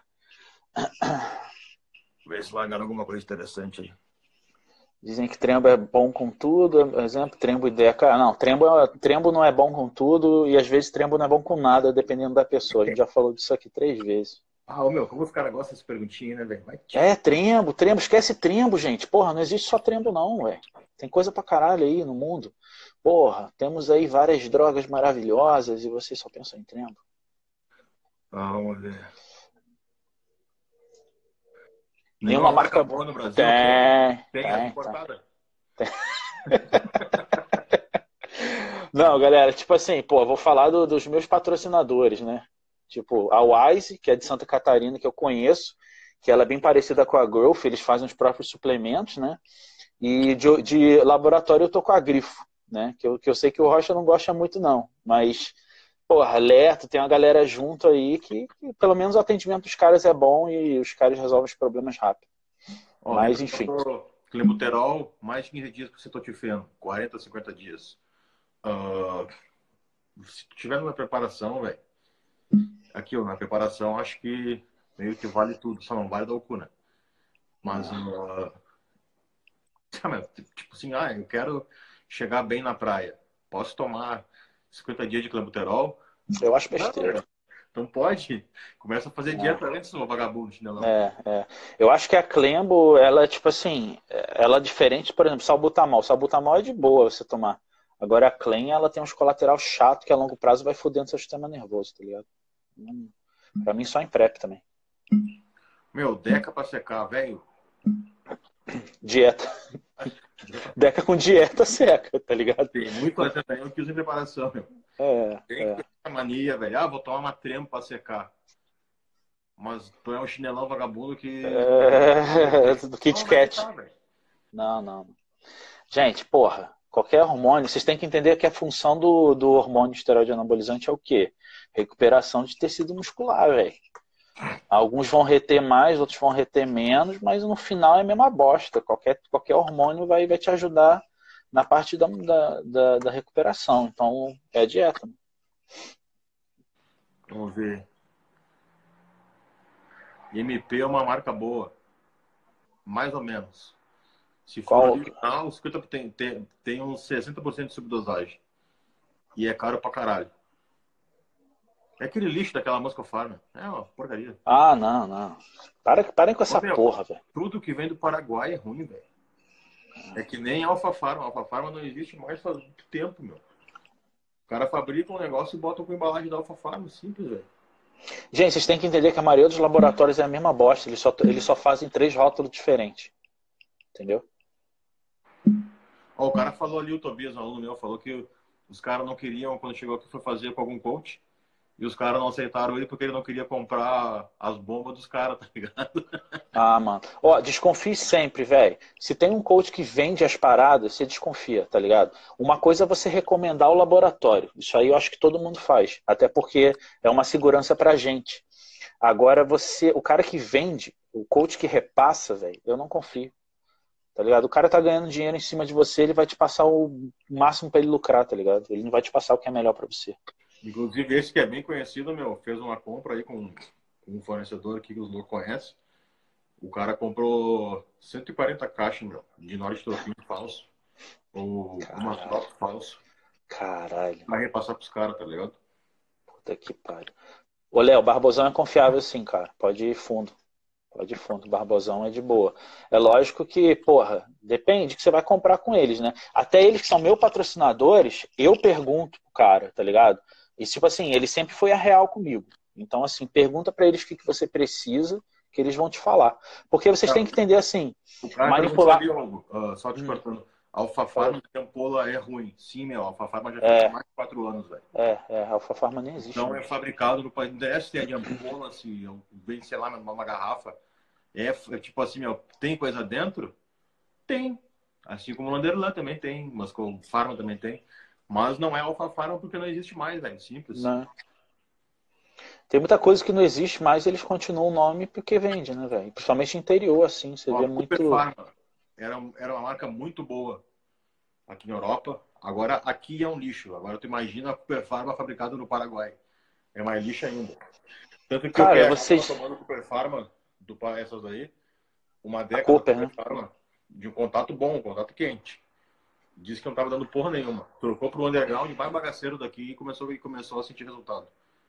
Vê se largaram alguma coisa interessante aí. Dizem que trembo é bom com tudo, exemplo, trembo e deca. Não, trembo não é bom com tudo e às vezes trembo não é bom com nada, dependendo da pessoa. A gente já falou disso aqui 3 vezes. Meu, como os caras gostam dessa perguntinha, né, velho? Trembo, esquece trembo, gente. Porra, não existe só trembo não, velho. Tem coisa pra caralho aí no mundo. Porra, temos aí várias drogas maravilhosas e vocês só pensam em trembo. Vamos ver. Nenhuma marca boa no Brasil? Tem importada? Não, galera, tipo assim, pô, vou falar dos meus patrocinadores, né? Tipo, a Wise, que é de Santa Catarina, que eu conheço, que ela é bem parecida com a Growth, eles fazem os próprios suplementos, né? E de laboratório eu tô com a Grifo, né? Que eu sei que o Rocha não gosta muito não, mas, porra, alerta, tem uma galera junto aí que pelo menos o atendimento dos caras é bom e os caras resolvem os problemas rápido. Ó, Mas, enfim. Clenbuterol, mais de 15 dias com cetotifeno, 40, 50 dias. Se tiver numa preparação, velho, aqui, ó, na preparação, acho que meio que vale tudo, só não vale da Ocu, né? Mas, tipo assim, eu quero chegar bem na praia. Posso tomar 50 dias de clenbuterol? Eu acho Não, besteira. não pode. Começa a fazer dieta antes, seu vagabundo, chinelão. Eu acho que a Clembo, ela, tipo assim, ela é diferente, por exemplo, salbutamol. Salbutamol é de boa você tomar. Agora a Clem, ela tem uns colateral chato que a longo prazo vai fudendo seu sistema nervoso, tá ligado? Pra mim, só em PrEP também. Meu, Deca pra secar, velho. Dieta. Deca com dieta seca, tá ligado? Tem muito atleta aí que usa em preparação, meu. Tem essa mania, velho. Vou tomar uma trema pra secar. Mas tu é um chinelão vagabundo que... Do Kit Kat. Não. Gente, porra, qualquer hormônio, vocês têm que entender que a função do hormônio esteroide anabolizante é o quê? Recuperação de tecido muscular, velho. Alguns vão reter mais, outros vão reter menos, mas no final é a mesma bosta. Qualquer hormônio vai te ajudar na parte da recuperação. Então, é a dieta. Vamos ver. MP é uma marca boa. Mais ou menos. Se for original, tem uns 60% de subdosagem. E é caro pra caralho. É aquele lixo daquela música Farma. É uma porcaria. Ah, não. Parem com essa porra, velho. Tudo que vem do Paraguai é ruim, velho. É que nem Alfa Farma. Alfa Farma não existe mais faz muito tempo, meu. O cara fabrica um negócio e bota com embalagem da Alfa Farma. Simples, velho. Gente, vocês têm que entender que a maioria dos laboratórios é a mesma bosta. Eles só fazem 3 rótulos diferentes. Entendeu? Ó, o cara falou ali, o Tobias, um aluno meu, falou que os caras não queriam, quando chegou aqui, foi fazer com algum coach. E os caras não aceitaram ele porque ele não queria comprar as bombas dos caras, tá ligado? Ah, mano. Ó, desconfie sempre, velho. Se tem um coach que vende as paradas, você desconfia, tá ligado? Uma coisa é você recomendar o laboratório. Isso aí eu acho que todo mundo faz. Até porque é uma segurança pra gente. Agora, o cara que vende, o coach que repassa, velho, eu não confio. Tá ligado? O cara tá ganhando dinheiro em cima de você, ele vai te passar o máximo pra ele lucrar, tá ligado? Ele não vai te passar o que é melhor pra você. Inclusive, esse que é bem conhecido, meu, fez uma compra aí com um fornecedor aqui que os loucos conhecem. O cara comprou 140 caixas, meu, de Nordstrofim falso. Ou uma foto falso. Caralho. Vai repassar pros caras, tá ligado? Puta que pariu. Ô, Léo, Barbosão é confiável sim, cara. Pode ir fundo. Barbosão é de boa. É lógico que, porra, depende que você vai comprar com eles, né? Até eles que são meus patrocinadores, eu pergunto pro cara, tá ligado? E tipo assim, ele sempre foi a real comigo. Então, assim, pergunta pra eles o que você precisa, que eles vão te falar. Porque vocês têm que entender assim, o cara manipular... Só te cortando. Alfa Farma de ampola é ruim. Sim, meu, Alfa Farma já fez mais de 4 anos, velho. Alfa Farma nem existe. Não é fabricado no país. Se é de ampola, se vem, sei lá, numa garrafa. É tipo assim, meu, tem coisa dentro? Tem. Assim como o Landerlan também tem, mas com o Farma também tem. Mas não é Alfa Farma porque não existe mais, velho. Simples. Não. Tem muita coisa que não existe mais, eles continuam o nome porque vende, né, velho? Principalmente interior, assim, você vê muito... Farma era uma marca muito boa aqui na Europa. Agora aqui é um lixo. Agora tu imagina a Cooper Farma fabricada no Paraguai. É mais lixo ainda. Tanto que cara, eu tava tomando Cooper Farma, essas aí, uma década Cooper, Cooper Farma, de um contato bom, um contato quente. Disse que não tava dando porra nenhuma. Trocou pro underground mais bagaceiro daqui e começou a sentir resultado.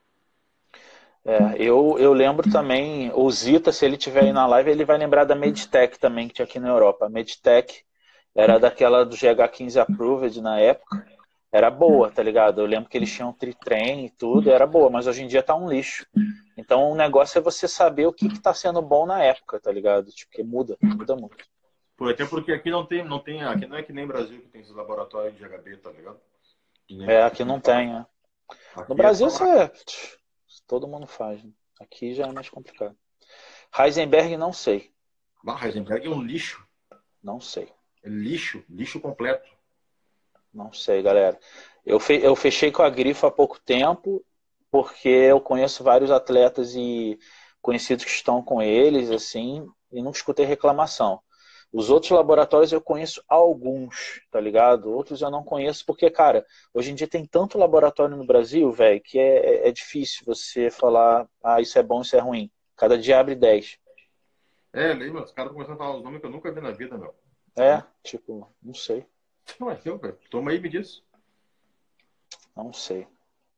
Eu lembro também, o Zita, se ele tiver aí na live, ele vai lembrar da Meditech também, que tinha aqui na Europa. A Meditech era daquela do GH15 Approved na época. Era boa, tá ligado? Eu lembro que eles tinham tritrem e tudo, era boa, mas hoje em dia tá um lixo. Então o negócio é você saber o que tá sendo bom na época, tá ligado? Tipo, que muda muito. Até porque aqui não tem, aqui não é que nem Brasil que tem esses laboratórios de HB, tá ligado? Aqui não tem, né? No Brasil todo mundo faz, né? Aqui já é mais complicado. Heisenberg, não sei. Ah, Heisenberg é um lixo. Não sei. É lixo. Lixo completo. Não sei, galera. Eu fechei com a Grifo há pouco tempo, porque eu conheço vários atletas e conhecidos que estão com eles, assim, e nunca escutei reclamação. Os outros laboratórios eu conheço alguns, tá ligado? Outros eu não conheço, porque, cara, hoje em dia tem tanto laboratório no Brasil, velho, que é difícil você falar, ah, isso é bom, isso é ruim. Cada dia abre 10. É, lembra? Os caras começam a falar os nomes que eu nunca vi na vida, meu. É, tipo, não sei, Não é teu, velho. Toma aí e me diz. não sei.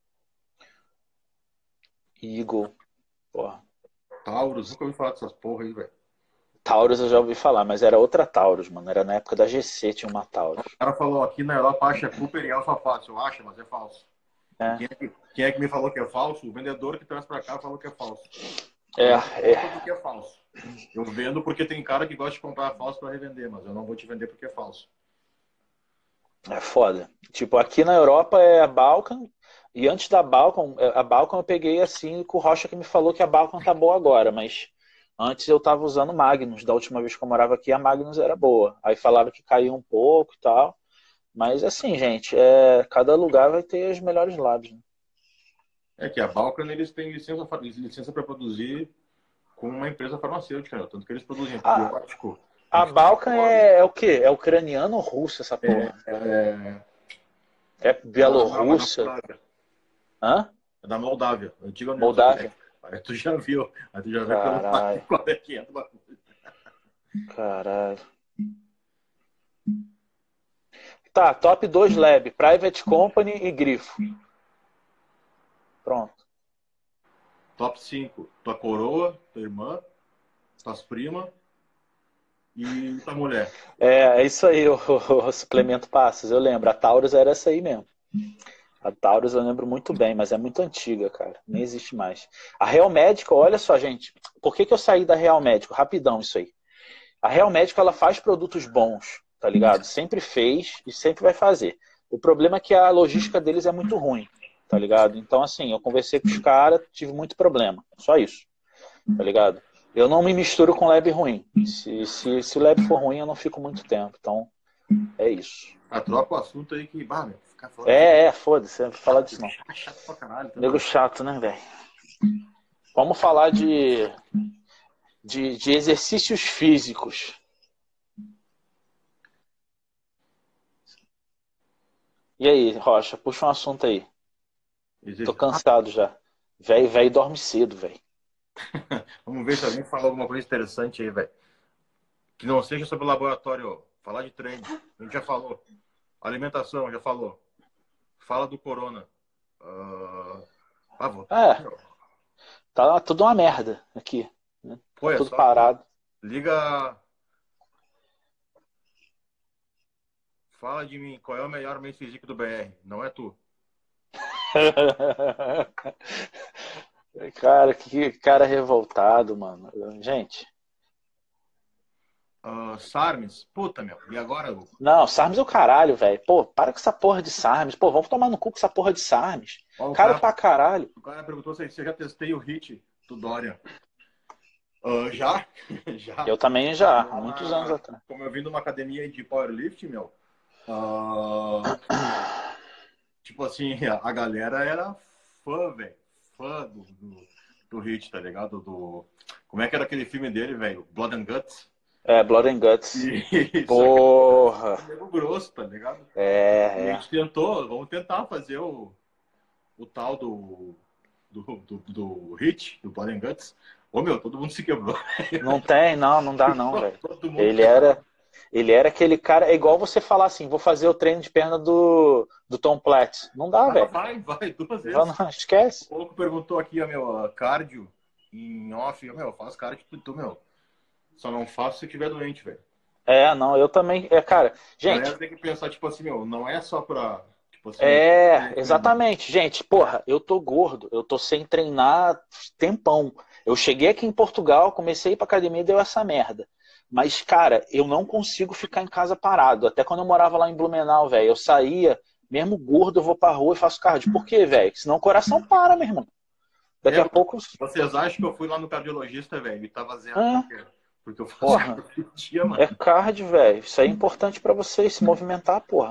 Eagle, porra. Taurus, nunca ouvi falar dessas porra aí, velho. Taurus eu já ouvi falar, mas era outra Taurus, mano. Era na época da GC, tinha uma Taurus. O cara falou aqui na Europa acha Cooper e Alpha fácil. Acha, mas é falso. E É, quem é que me falou que é falso? O vendedor que traz pra cá falou que é falso. é, Eu não compro é, porque é falso. Eu vendo porque tem cara que gosta de comprar falso pra revender, mas eu não vou te vender porque é falso. é foda. Tipo, aqui na Europa é a Balkan, e antes da Balkan, a Balkan eu peguei assim com o Rocha que me falou que a Balkan tá boa agora, mas antes eu tava usando Magnus. Da última vez que eu morava aqui, a Magnus era boa. Aí falaram que caiu um pouco e tal. Mas assim, gente, cada lugar vai ter os melhores lados, né? É que a Balkan, eles têm licença para produzir com uma empresa farmacêutica, né? Tanto que eles produzem A, antibiótico, a Balkan anti-inflamatório. é o quê? É ucraniano ou russo essa É, porra? é, É é da bielorrussa? Moldávia. Hã? É da Moldávia, antiga União Moldávia? Soviética. Aí tu já viu. Aí tu já vê pelo nome Caralho, qual é que é do bagulho. caralho. Tá, top 2 lab, Private Company e Grifo. Pronto. Top 5. Tua coroa, tua irmã, tuas primas e tua mulher. É isso aí, o suplemento Passos, eu lembro. A Taurus era essa aí mesmo. A Taurus eu lembro muito bem, mas é muito antiga, cara. Nem existe mais. A Real Médico, olha só, gente. Por que eu saí da Real Médico? Rapidão isso aí. A Real Médico, ela faz produtos bons, tá ligado? Sempre fez e sempre vai fazer. O problema é que a logística deles é muito ruim, tá ligado? Então, assim, eu conversei com os caras, tive muito problema. Só isso, tá ligado? Eu não me misturo com lab ruim. Se o lab for ruim, eu não fico muito tempo. Então, é isso. Ah, troca o assunto aí que, bah, meu, ficar falando isso Foda-se, não vou falar disso não. é chato pra caralho Nego também. chato, né, velho? Vamos falar de exercícios físicos. E aí, Rocha, puxa um assunto aí. Tô Ah, cansado já. Velho dorme cedo, velho. vamos ver se alguém fala alguma coisa interessante aí, velho. Que não seja sobre o laboratório, ó. Falar de treino. A gente já falou. Alimentação, já falou. Fala do corona. Ah, vou. É, tá tudo uma merda aqui, né? Tá Pô, é tudo só. parado. Liga. Fala de mim. Qual é o melhor mês físico do BR? Não é tu. Cara, que cara revoltado, mano. Gente, Sarmes. Puta, meu. E agora? não, Sarmes é o caralho, velho. Pô, para com essa porra de Sarmes. Pô, vamos tomar no cu com essa porra de Sarmes. Ó, Caro pra caralho. o cara perguntou se eu já testei o HIIT do Dória. Já? Já. Eu também já, há Lá muitos anos atrás. como eu vim de uma academia de powerlifting, meu. Tipo assim, a galera era fã, velho. Fã do Hit, tá ligado? Como é que era aquele filme dele, velho? Blood and Guts. É, Blood and Guts. Isso aqui Porra. é nego grosso, tá ligado? E a É. gente vamos tentar fazer o tal do Hit, do Blood and Guts. Ô, meu, todo mundo se quebrou. Não tem, não dá não, velho. Todo mundo Ele quebrou. era, ele era aquele cara, é igual você falar assim, vou fazer o treino de perna do Tom Platz. Não dá, velho. Vai, duas vezes. Não, esquece. O louco perguntou aqui, ó, meu, cardio em off. Meu, eu faço cardio tipo tu, meu. Só não faço se estiver doente, velho. Não, eu também, cara, A galera gente, tem que pensar, tipo assim, meu, não é só pra, tipo assim, meu, exatamente, gente, porra, eu tô gordo, eu tô sem treinar tempão. Eu cheguei aqui em Portugal, comecei a ir pra academia e deu essa merda. Mas, cara, eu não consigo ficar em casa parado. Até quando eu morava lá em Blumenau, velho, eu saía, mesmo gordo, eu vou pra rua e faço cardio. Por quê, velho? Senão o coração para, meu irmão. Daqui a pouco. Vocês acham que eu fui lá no cardiologista, velho, e tava zero? Ah, Porque eu faço porra. todo dia, mano. É cardio, velho. Isso aí é importante pra vocês, se movimentar, porra.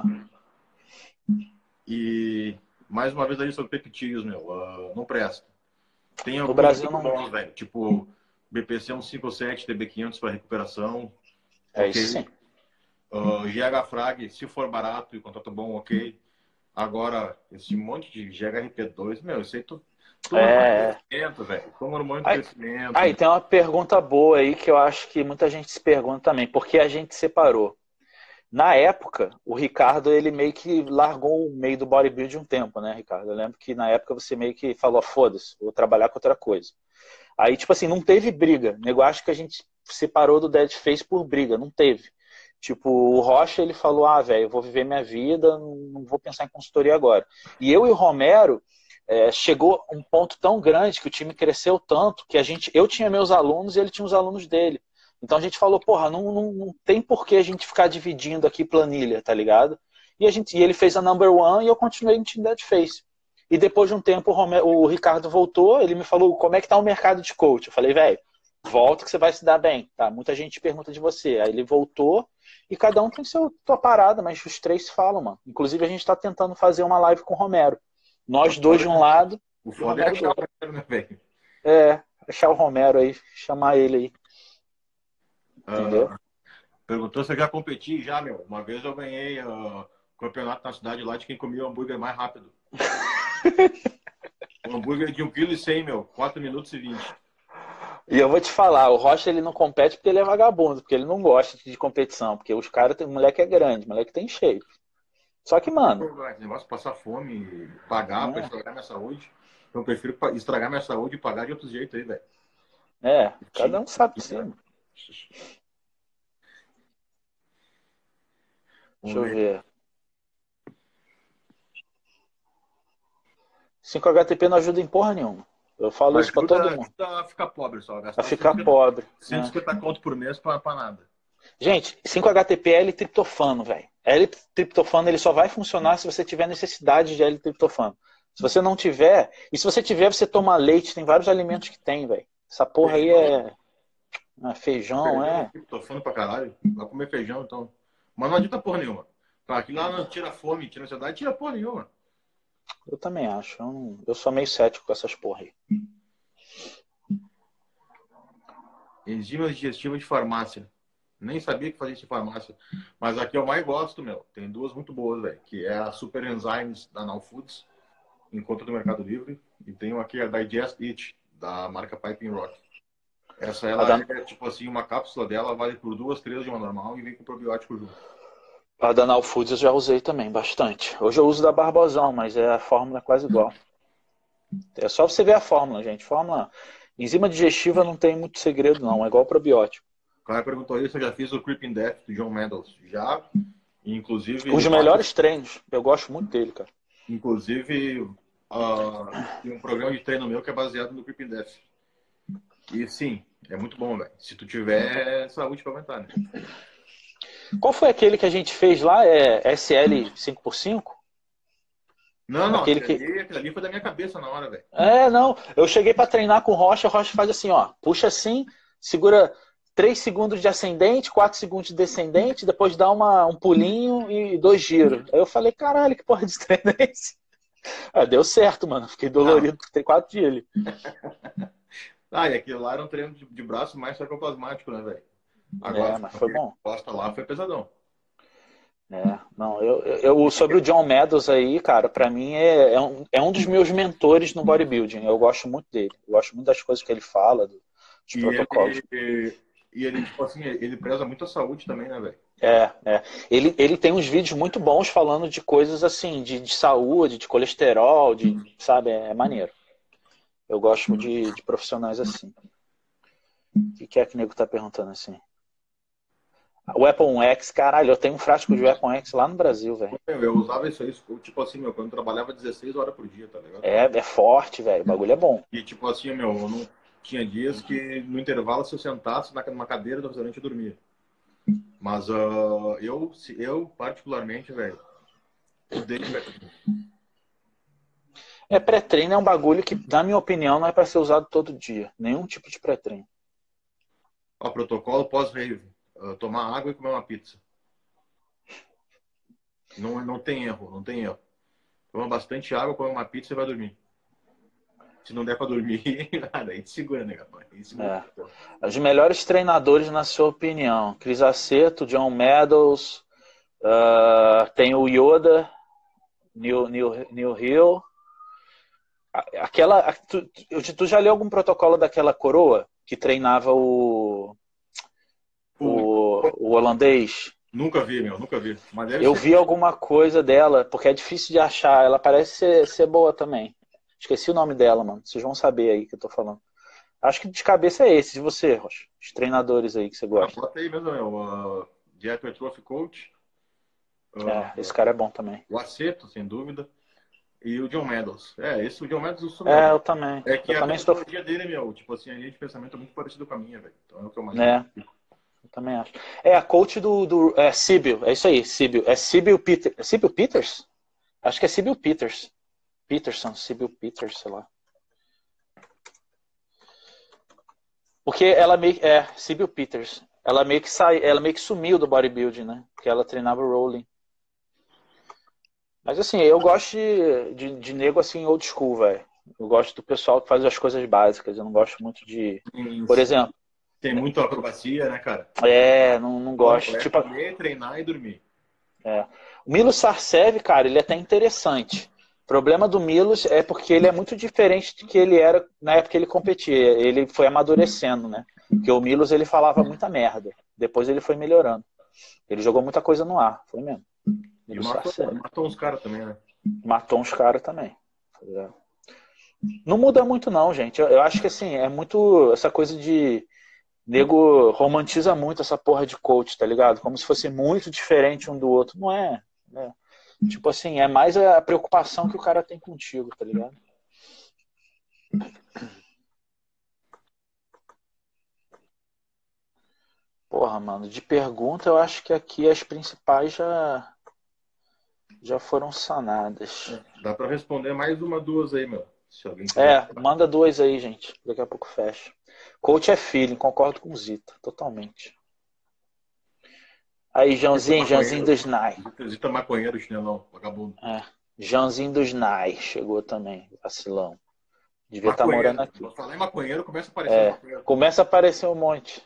E mais uma vez aí sobre peptídeos, meu, não presta. Tem No alguns Brasil muito não. bons, velho. Tipo, BPC 157, TB500 para recuperação. É isso Ok. sim. GH Frag, se for barato e contrato bom, ok. Agora, esse monte de GHRP2, meu, isso aí toma hormônio de É. crescimento, velho. Toma hormônio de Aí, crescimento. aí tem uma pergunta boa aí que eu acho que muita gente se pergunta também. Por que a gente separou? Na época, o Ricardo, ele meio que largou o meio do bodybuilding um tempo, né, Ricardo? Eu lembro que na época você meio que falou, foda-se, vou trabalhar com outra coisa. Aí, tipo assim, não teve briga. Eu acho que a gente separou do Dead Face por briga, não teve. Tipo, o Rocha, ele falou, velho, eu vou viver minha vida, não vou pensar em consultoria agora. E eu e o Romero, chegou um ponto tão grande que o time cresceu tanto que eu tinha meus alunos e ele tinha os alunos dele. Então a gente falou, porra, não tem por que a gente ficar dividindo aqui planilha, tá ligado? E ele fez a number one e eu continuei no time Dead Face. E depois de um tempo o Ricardo voltou, ele me falou, como é que tá o mercado de coach? Eu falei, velho, volta que você vai se dar bem, tá? Muita gente pergunta de você. Aí ele voltou e cada um tem sua parada, mas os três se falam, mano. Inclusive a gente tá tentando fazer uma live com o Romero. Nós dois de um lado O e o foda é Romero do achar o outro. Romero, né, velho? Achar o Romero aí, chamar ele aí, entendeu? Perguntou se eu já competi, já, meu. Uma vez eu ganhei campeonato na cidade lá de quem comia o hambúrguer mais rápido. Um hambúrguer de 1,1 kg, meu. 4 minutos e 20. E eu vou te falar, o Rocha ele não compete porque ele é vagabundo, porque ele não gosta de competição, porque os caras, o moleque é grande, o moleque tem shape. Só que, mano, Esse negócio de passar fome, pagar pra né? estragar minha saúde. Eu prefiro estragar minha saúde e pagar de outro jeito aí, velho. Cada um sabe por si, mano. Deixa Vamos eu ver. ver. 5-HTP não ajuda em porra nenhuma. Eu falo isso pra todo mundo. Ajuda a ficar pobre só. A Gastar ficar pobre. Né? 150 conto por mês pra nada. Gente, 5-HTP é L-triptofano, velho. L-triptofano ele só vai funcionar se você tiver necessidade de L-triptofano. Se você não tiver, e se você tiver, você toma leite, tem vários alimentos que tem, velho. Essa porra aí feijão, Tô falando pra caralho. Vai comer feijão, então. Mas não adianta porra nenhuma. Tá, aquilo lá não tira fome, tira ansiedade, tira porra nenhuma. Eu também acho. Eu sou meio cético com essas porra aí. Enzimas digestivas de farmácia. Nem sabia que fazia isso de farmácia. Mas aqui eu mais gosto, meu. Tem duas muito boas, velho. Que é a Super Enzymes da Now Foods. Encontra no Mercado Livre. E tem aqui a Digest It, da marca Piping Rock. Essa ela é tipo assim, uma cápsula dela vale por 2, 3 de uma normal e vem com probiótico junto. A da Now Foods eu já usei também, bastante. Hoje eu uso da Barbosão, mas a fórmula é quase igual. É só você ver a fórmula, gente. Fórmula. Enzima digestiva não tem muito segredo, não. É igual probiótico. O cara perguntou isso, eu já fiz o Creeping Death do John Meadows. Já, inclusive... Os melhores treinos. Eu gosto muito dele, cara. Inclusive, tem um programa de treino meu que é baseado no Creeping Death. E sim, é muito bom, velho. Se tu tiver saúde pra aguentar, né? Qual foi aquele que a gente fez lá? SL 5x5? Não, aquele aquele ali foi da minha cabeça na hora, velho. Não. Eu cheguei pra treinar com o Rocha faz assim, ó. Puxa assim, segura 3 segundos de ascendente, 4 segundos de descendente, depois dá um pulinho e 2 giros. Aí eu falei, caralho, que porra de treino é esse? Deu certo, mano. Fiquei dolorido por ter 4 dias ali. E aquilo lá era um treino de braço mais sarcoplasmático, né, velho? Agora, mas foi bom. Costa lá foi pesadão. Não, eu sobre o John Meadows aí, cara, pra mim é um dos meus mentores no bodybuilding. Eu gosto muito dele. Eu gosto muito das coisas que ele fala, dos protocolos. E ele, tipo assim, ele preza muito a saúde também, né, velho? Ele tem uns vídeos muito bons falando de coisas assim, de saúde, de colesterol, sabe? É maneiro. Eu gosto de profissionais assim. O que é que o nego tá perguntando assim? O Weapon X, caralho, eu tenho um frasco de Weapon X lá no Brasil, velho. Eu usava isso aí, tipo assim, meu, quando eu trabalhava 16 horas por dia, tá ligado? É forte, velho, o bagulho é bom. E tipo assim, meu, eu não tinha dias que no intervalo, se eu sentasse numa cadeira do restaurante, eu dormia. Mas eu particularmente, velho, odeio. Pré-treino é um bagulho que, na minha opinião, não é para ser usado todo dia. Nenhum tipo de pré-treino. Ó, protocolo pós-rave. Tomar água e comer uma pizza. Não tem erro, não tem erro. Toma bastante água, come uma pizza e vai dormir. Se não der pra dormir, nada, aí te segura, né, rapaz? Os melhores treinadores, na sua opinião: Chris Aceto, John Meadows, tem o Yoda, Neil Hill. Tu já leu algum protocolo daquela coroa que treinava o holandês? Nunca vi, meu, nunca vi. Mas Eu vi alguma coisa dela, porque é difícil de achar. Ela parece ser boa também. Esqueci o nome dela, mano. Vocês vão saber aí que eu tô falando. Acho que de cabeça é esse, de você, Rocha. Os treinadores aí que você gosta. Bota aí mesmo, meu. The Hypertrophy Coach. Esse cara é bom também. O Aceto, sem dúvida. E o John Meadows. Esse o John Meadows eu sou eu também. É que eu a também metodologia dele, meu, tipo assim, a linha de pensamento é muito parecida com a minha, velho. Então é o que eu mais eu também acho. A coach do Sibyl, é isso aí, Sibyl. É Sibyl Peters. É Sibyl Peters? Acho que é Sibyl Peters. Sibyl Peters, sei lá. Porque ela meio Sibyl Peters. Ela meio que sumiu do bodybuilding, né? Porque ela treinava rolling. Mas assim, eu gosto de nego assim old school, velho. Eu gosto do pessoal que faz as coisas básicas. Eu não gosto muito de, por exemplo, tem muita acrobacia, né, cara? Não gosto. Tipo, comer, treinar e dormir. O Milos Sarcev, cara, ele é até interessante. O problema do Milos é porque ele é muito diferente do que ele era na época que ele competia. Ele foi amadurecendo, né? Porque o Milos, ele falava muita merda. Depois ele foi melhorando. Ele jogou muita coisa no ar, foi mesmo. E matou uns caras também, né? Matou uns caras também. Não muda muito não, gente. Eu acho que assim, é muito essa coisa de... Nego romantiza muito essa porra de coach, tá ligado? Como se fosse muito diferente um do outro. Não é, né? Tipo assim, é mais a preocupação que o cara tem contigo, tá ligado? Porra, mano, de pergunta eu acho que aqui as principais já foram sanadas. Dá pra responder mais uma, duas aí, meu. Se alguém quiser. Manda duas aí, gente. Daqui a pouco fecha. Coach é feeling, concordo com o Zita, totalmente. Aí, Joãozinho dos Nai. Zita maconheiro, chinelão, vagabundo. Joãozinho dos Nai chegou também, vacilão. Devia estar morando aqui. Vou falar em maconheiro, começa a aparecer maconheiro. Começa a aparecer um monte.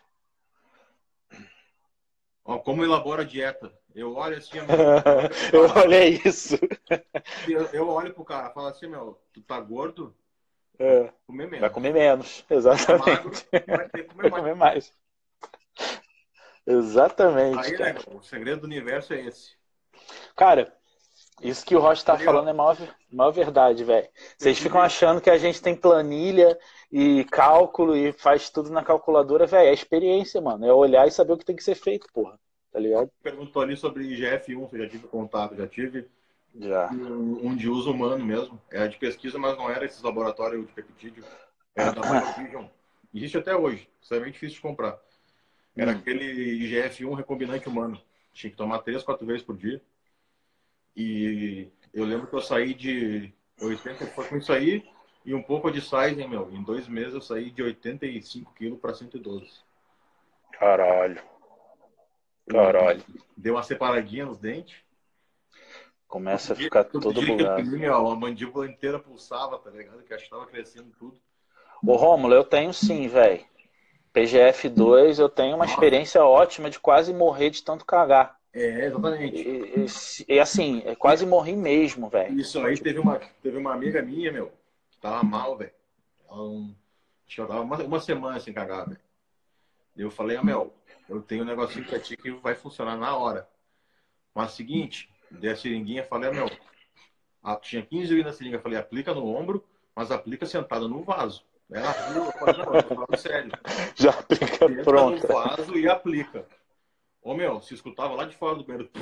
Ó, como elabora a dieta? Eu olho assim... Eu olhei isso. Eu olho pro cara, falo assim, meu, tu tá gordo? Comer menos. Vai comer menos, exatamente. Vai ter que comer mais. Exatamente. Aí, cara. Né, o segredo do universo é esse. Cara, isso que o Rocha tá falando é maior verdade, velho. Vocês ficam achando que a gente tem planilha e cálculo e faz tudo na calculadora, velho. É experiência, mano. É olhar e saber o que tem que ser feito, porra. Tá ligado? Perguntou ali sobre IGF-1, se eu já tive contato, já tive. Já. Um de uso humano mesmo. Era de pesquisa, mas não era esses laboratórios de peptídeo. Era da Biovision. Existe até hoje. Isso é bem difícil de comprar. Era aquele IGF-1 recombinante humano. Tinha que tomar 3, 4 vezes por dia. E eu lembro que eu saí de 80, foi com isso aí e um pouco de size, hein, meu. Em 2 meses eu saí de 85 quilos para 112. Caralho. Deu uma separadinha nos dentes. Começa a ficar todo bugado. A mandíbula inteira pulsava, tá ligado? Que acho que tava crescendo tudo. Ô, Rômulo, eu tenho sim, velho. PGF2, eu tenho uma experiência ótima de quase morrer de tanto cagar. Exatamente. E assim, quase morri mesmo, velho. Isso aí, teve uma amiga minha, meu, que tava mal, velho. Acho que ela tava uma semana sem cagar, velho. E eu falei, meu, eu tenho um negocinho pra ti que vai funcionar na hora. Mas seguinte, dei a seringuinha, falei, meu, tinha 15 ml na seringa, falei, aplica no ombro, mas aplica sentada no vaso. Ela viu, eu falei, não, eu tô falando sério. Já aplica pronto. No vaso e aplica. Ô, meu, se escutava lá de fora do banheiro.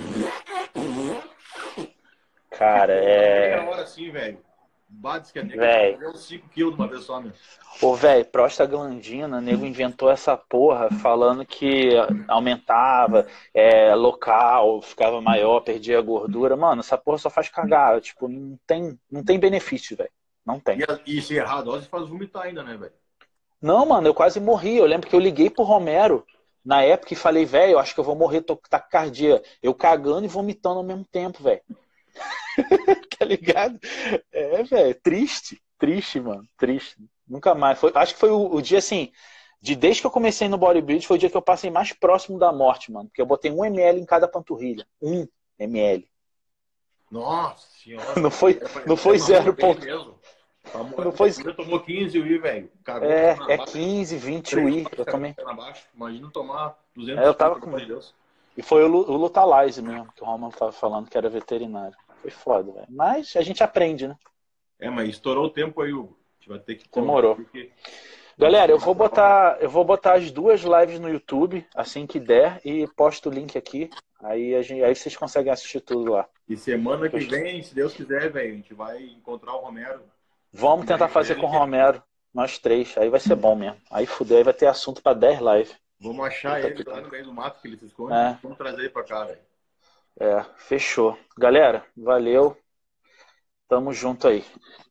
Cara, meia hora assim, velho. Bades que a nega deu 5 quilos de uma vez só, meu. Ô, velho, prostaglandina, nego inventou essa porra falando que aumentava, local, ficava maior, perdia a gordura. Mano, essa porra só faz cagar. Tipo, não tem benefício, velho. Não tem. E se errar a dose, faz vomitar ainda, né, velho? Não, mano, eu quase morri. Eu lembro que eu liguei pro Romero na época e falei, velho, eu acho que eu vou morrer, tô com taquicardia. Eu cagando e vomitando ao mesmo tempo, velho. Tá ligado? É, velho, triste. Triste, mano. Triste. Nunca mais. Acho que foi o dia, assim, desde que eu comecei no bodybuilding, foi o dia que eu passei mais próximo da morte, mano. Porque eu botei 1 ml em cada panturrilha. 1 ml. Nossa senhora, Não velho. foi, não foi Pra morrer 0 ponto. mesmo. Pra Não morrer. foi. Já tomou 15 UI, velho. Cagou É, na é baixa. 15, 20 3 UI. Eu perna tomei. abaixo. Imagina tomar Eu 200 UI, tava pelo com. amor de Deus. E foi o Lutalize mesmo, que o Roman tava falando que era veterinário. Foi foda, velho. Mas a gente aprende, né? É, mas estourou o tempo aí, Hugo. A gente vai ter que correr, Demorou. porque tem que Galera, chamar pra hora. eu vou botar as 2 lives no YouTube assim que der e posto o link aqui. Aí vocês conseguem assistir tudo lá. E semana que vem, se Deus quiser, velho, a gente vai encontrar o Romero. Vamos tentar fazer com o Romero, nós 3. Aí vai ser bom mesmo. Aí fudeu, aí vai ter assunto pra 10 lives. Vamos achar Puta ele que lá no meio do mato que ele se esconde. é, Vamos trazer ele pra cá, velho. fechou. Galera, valeu. Tamo junto aí.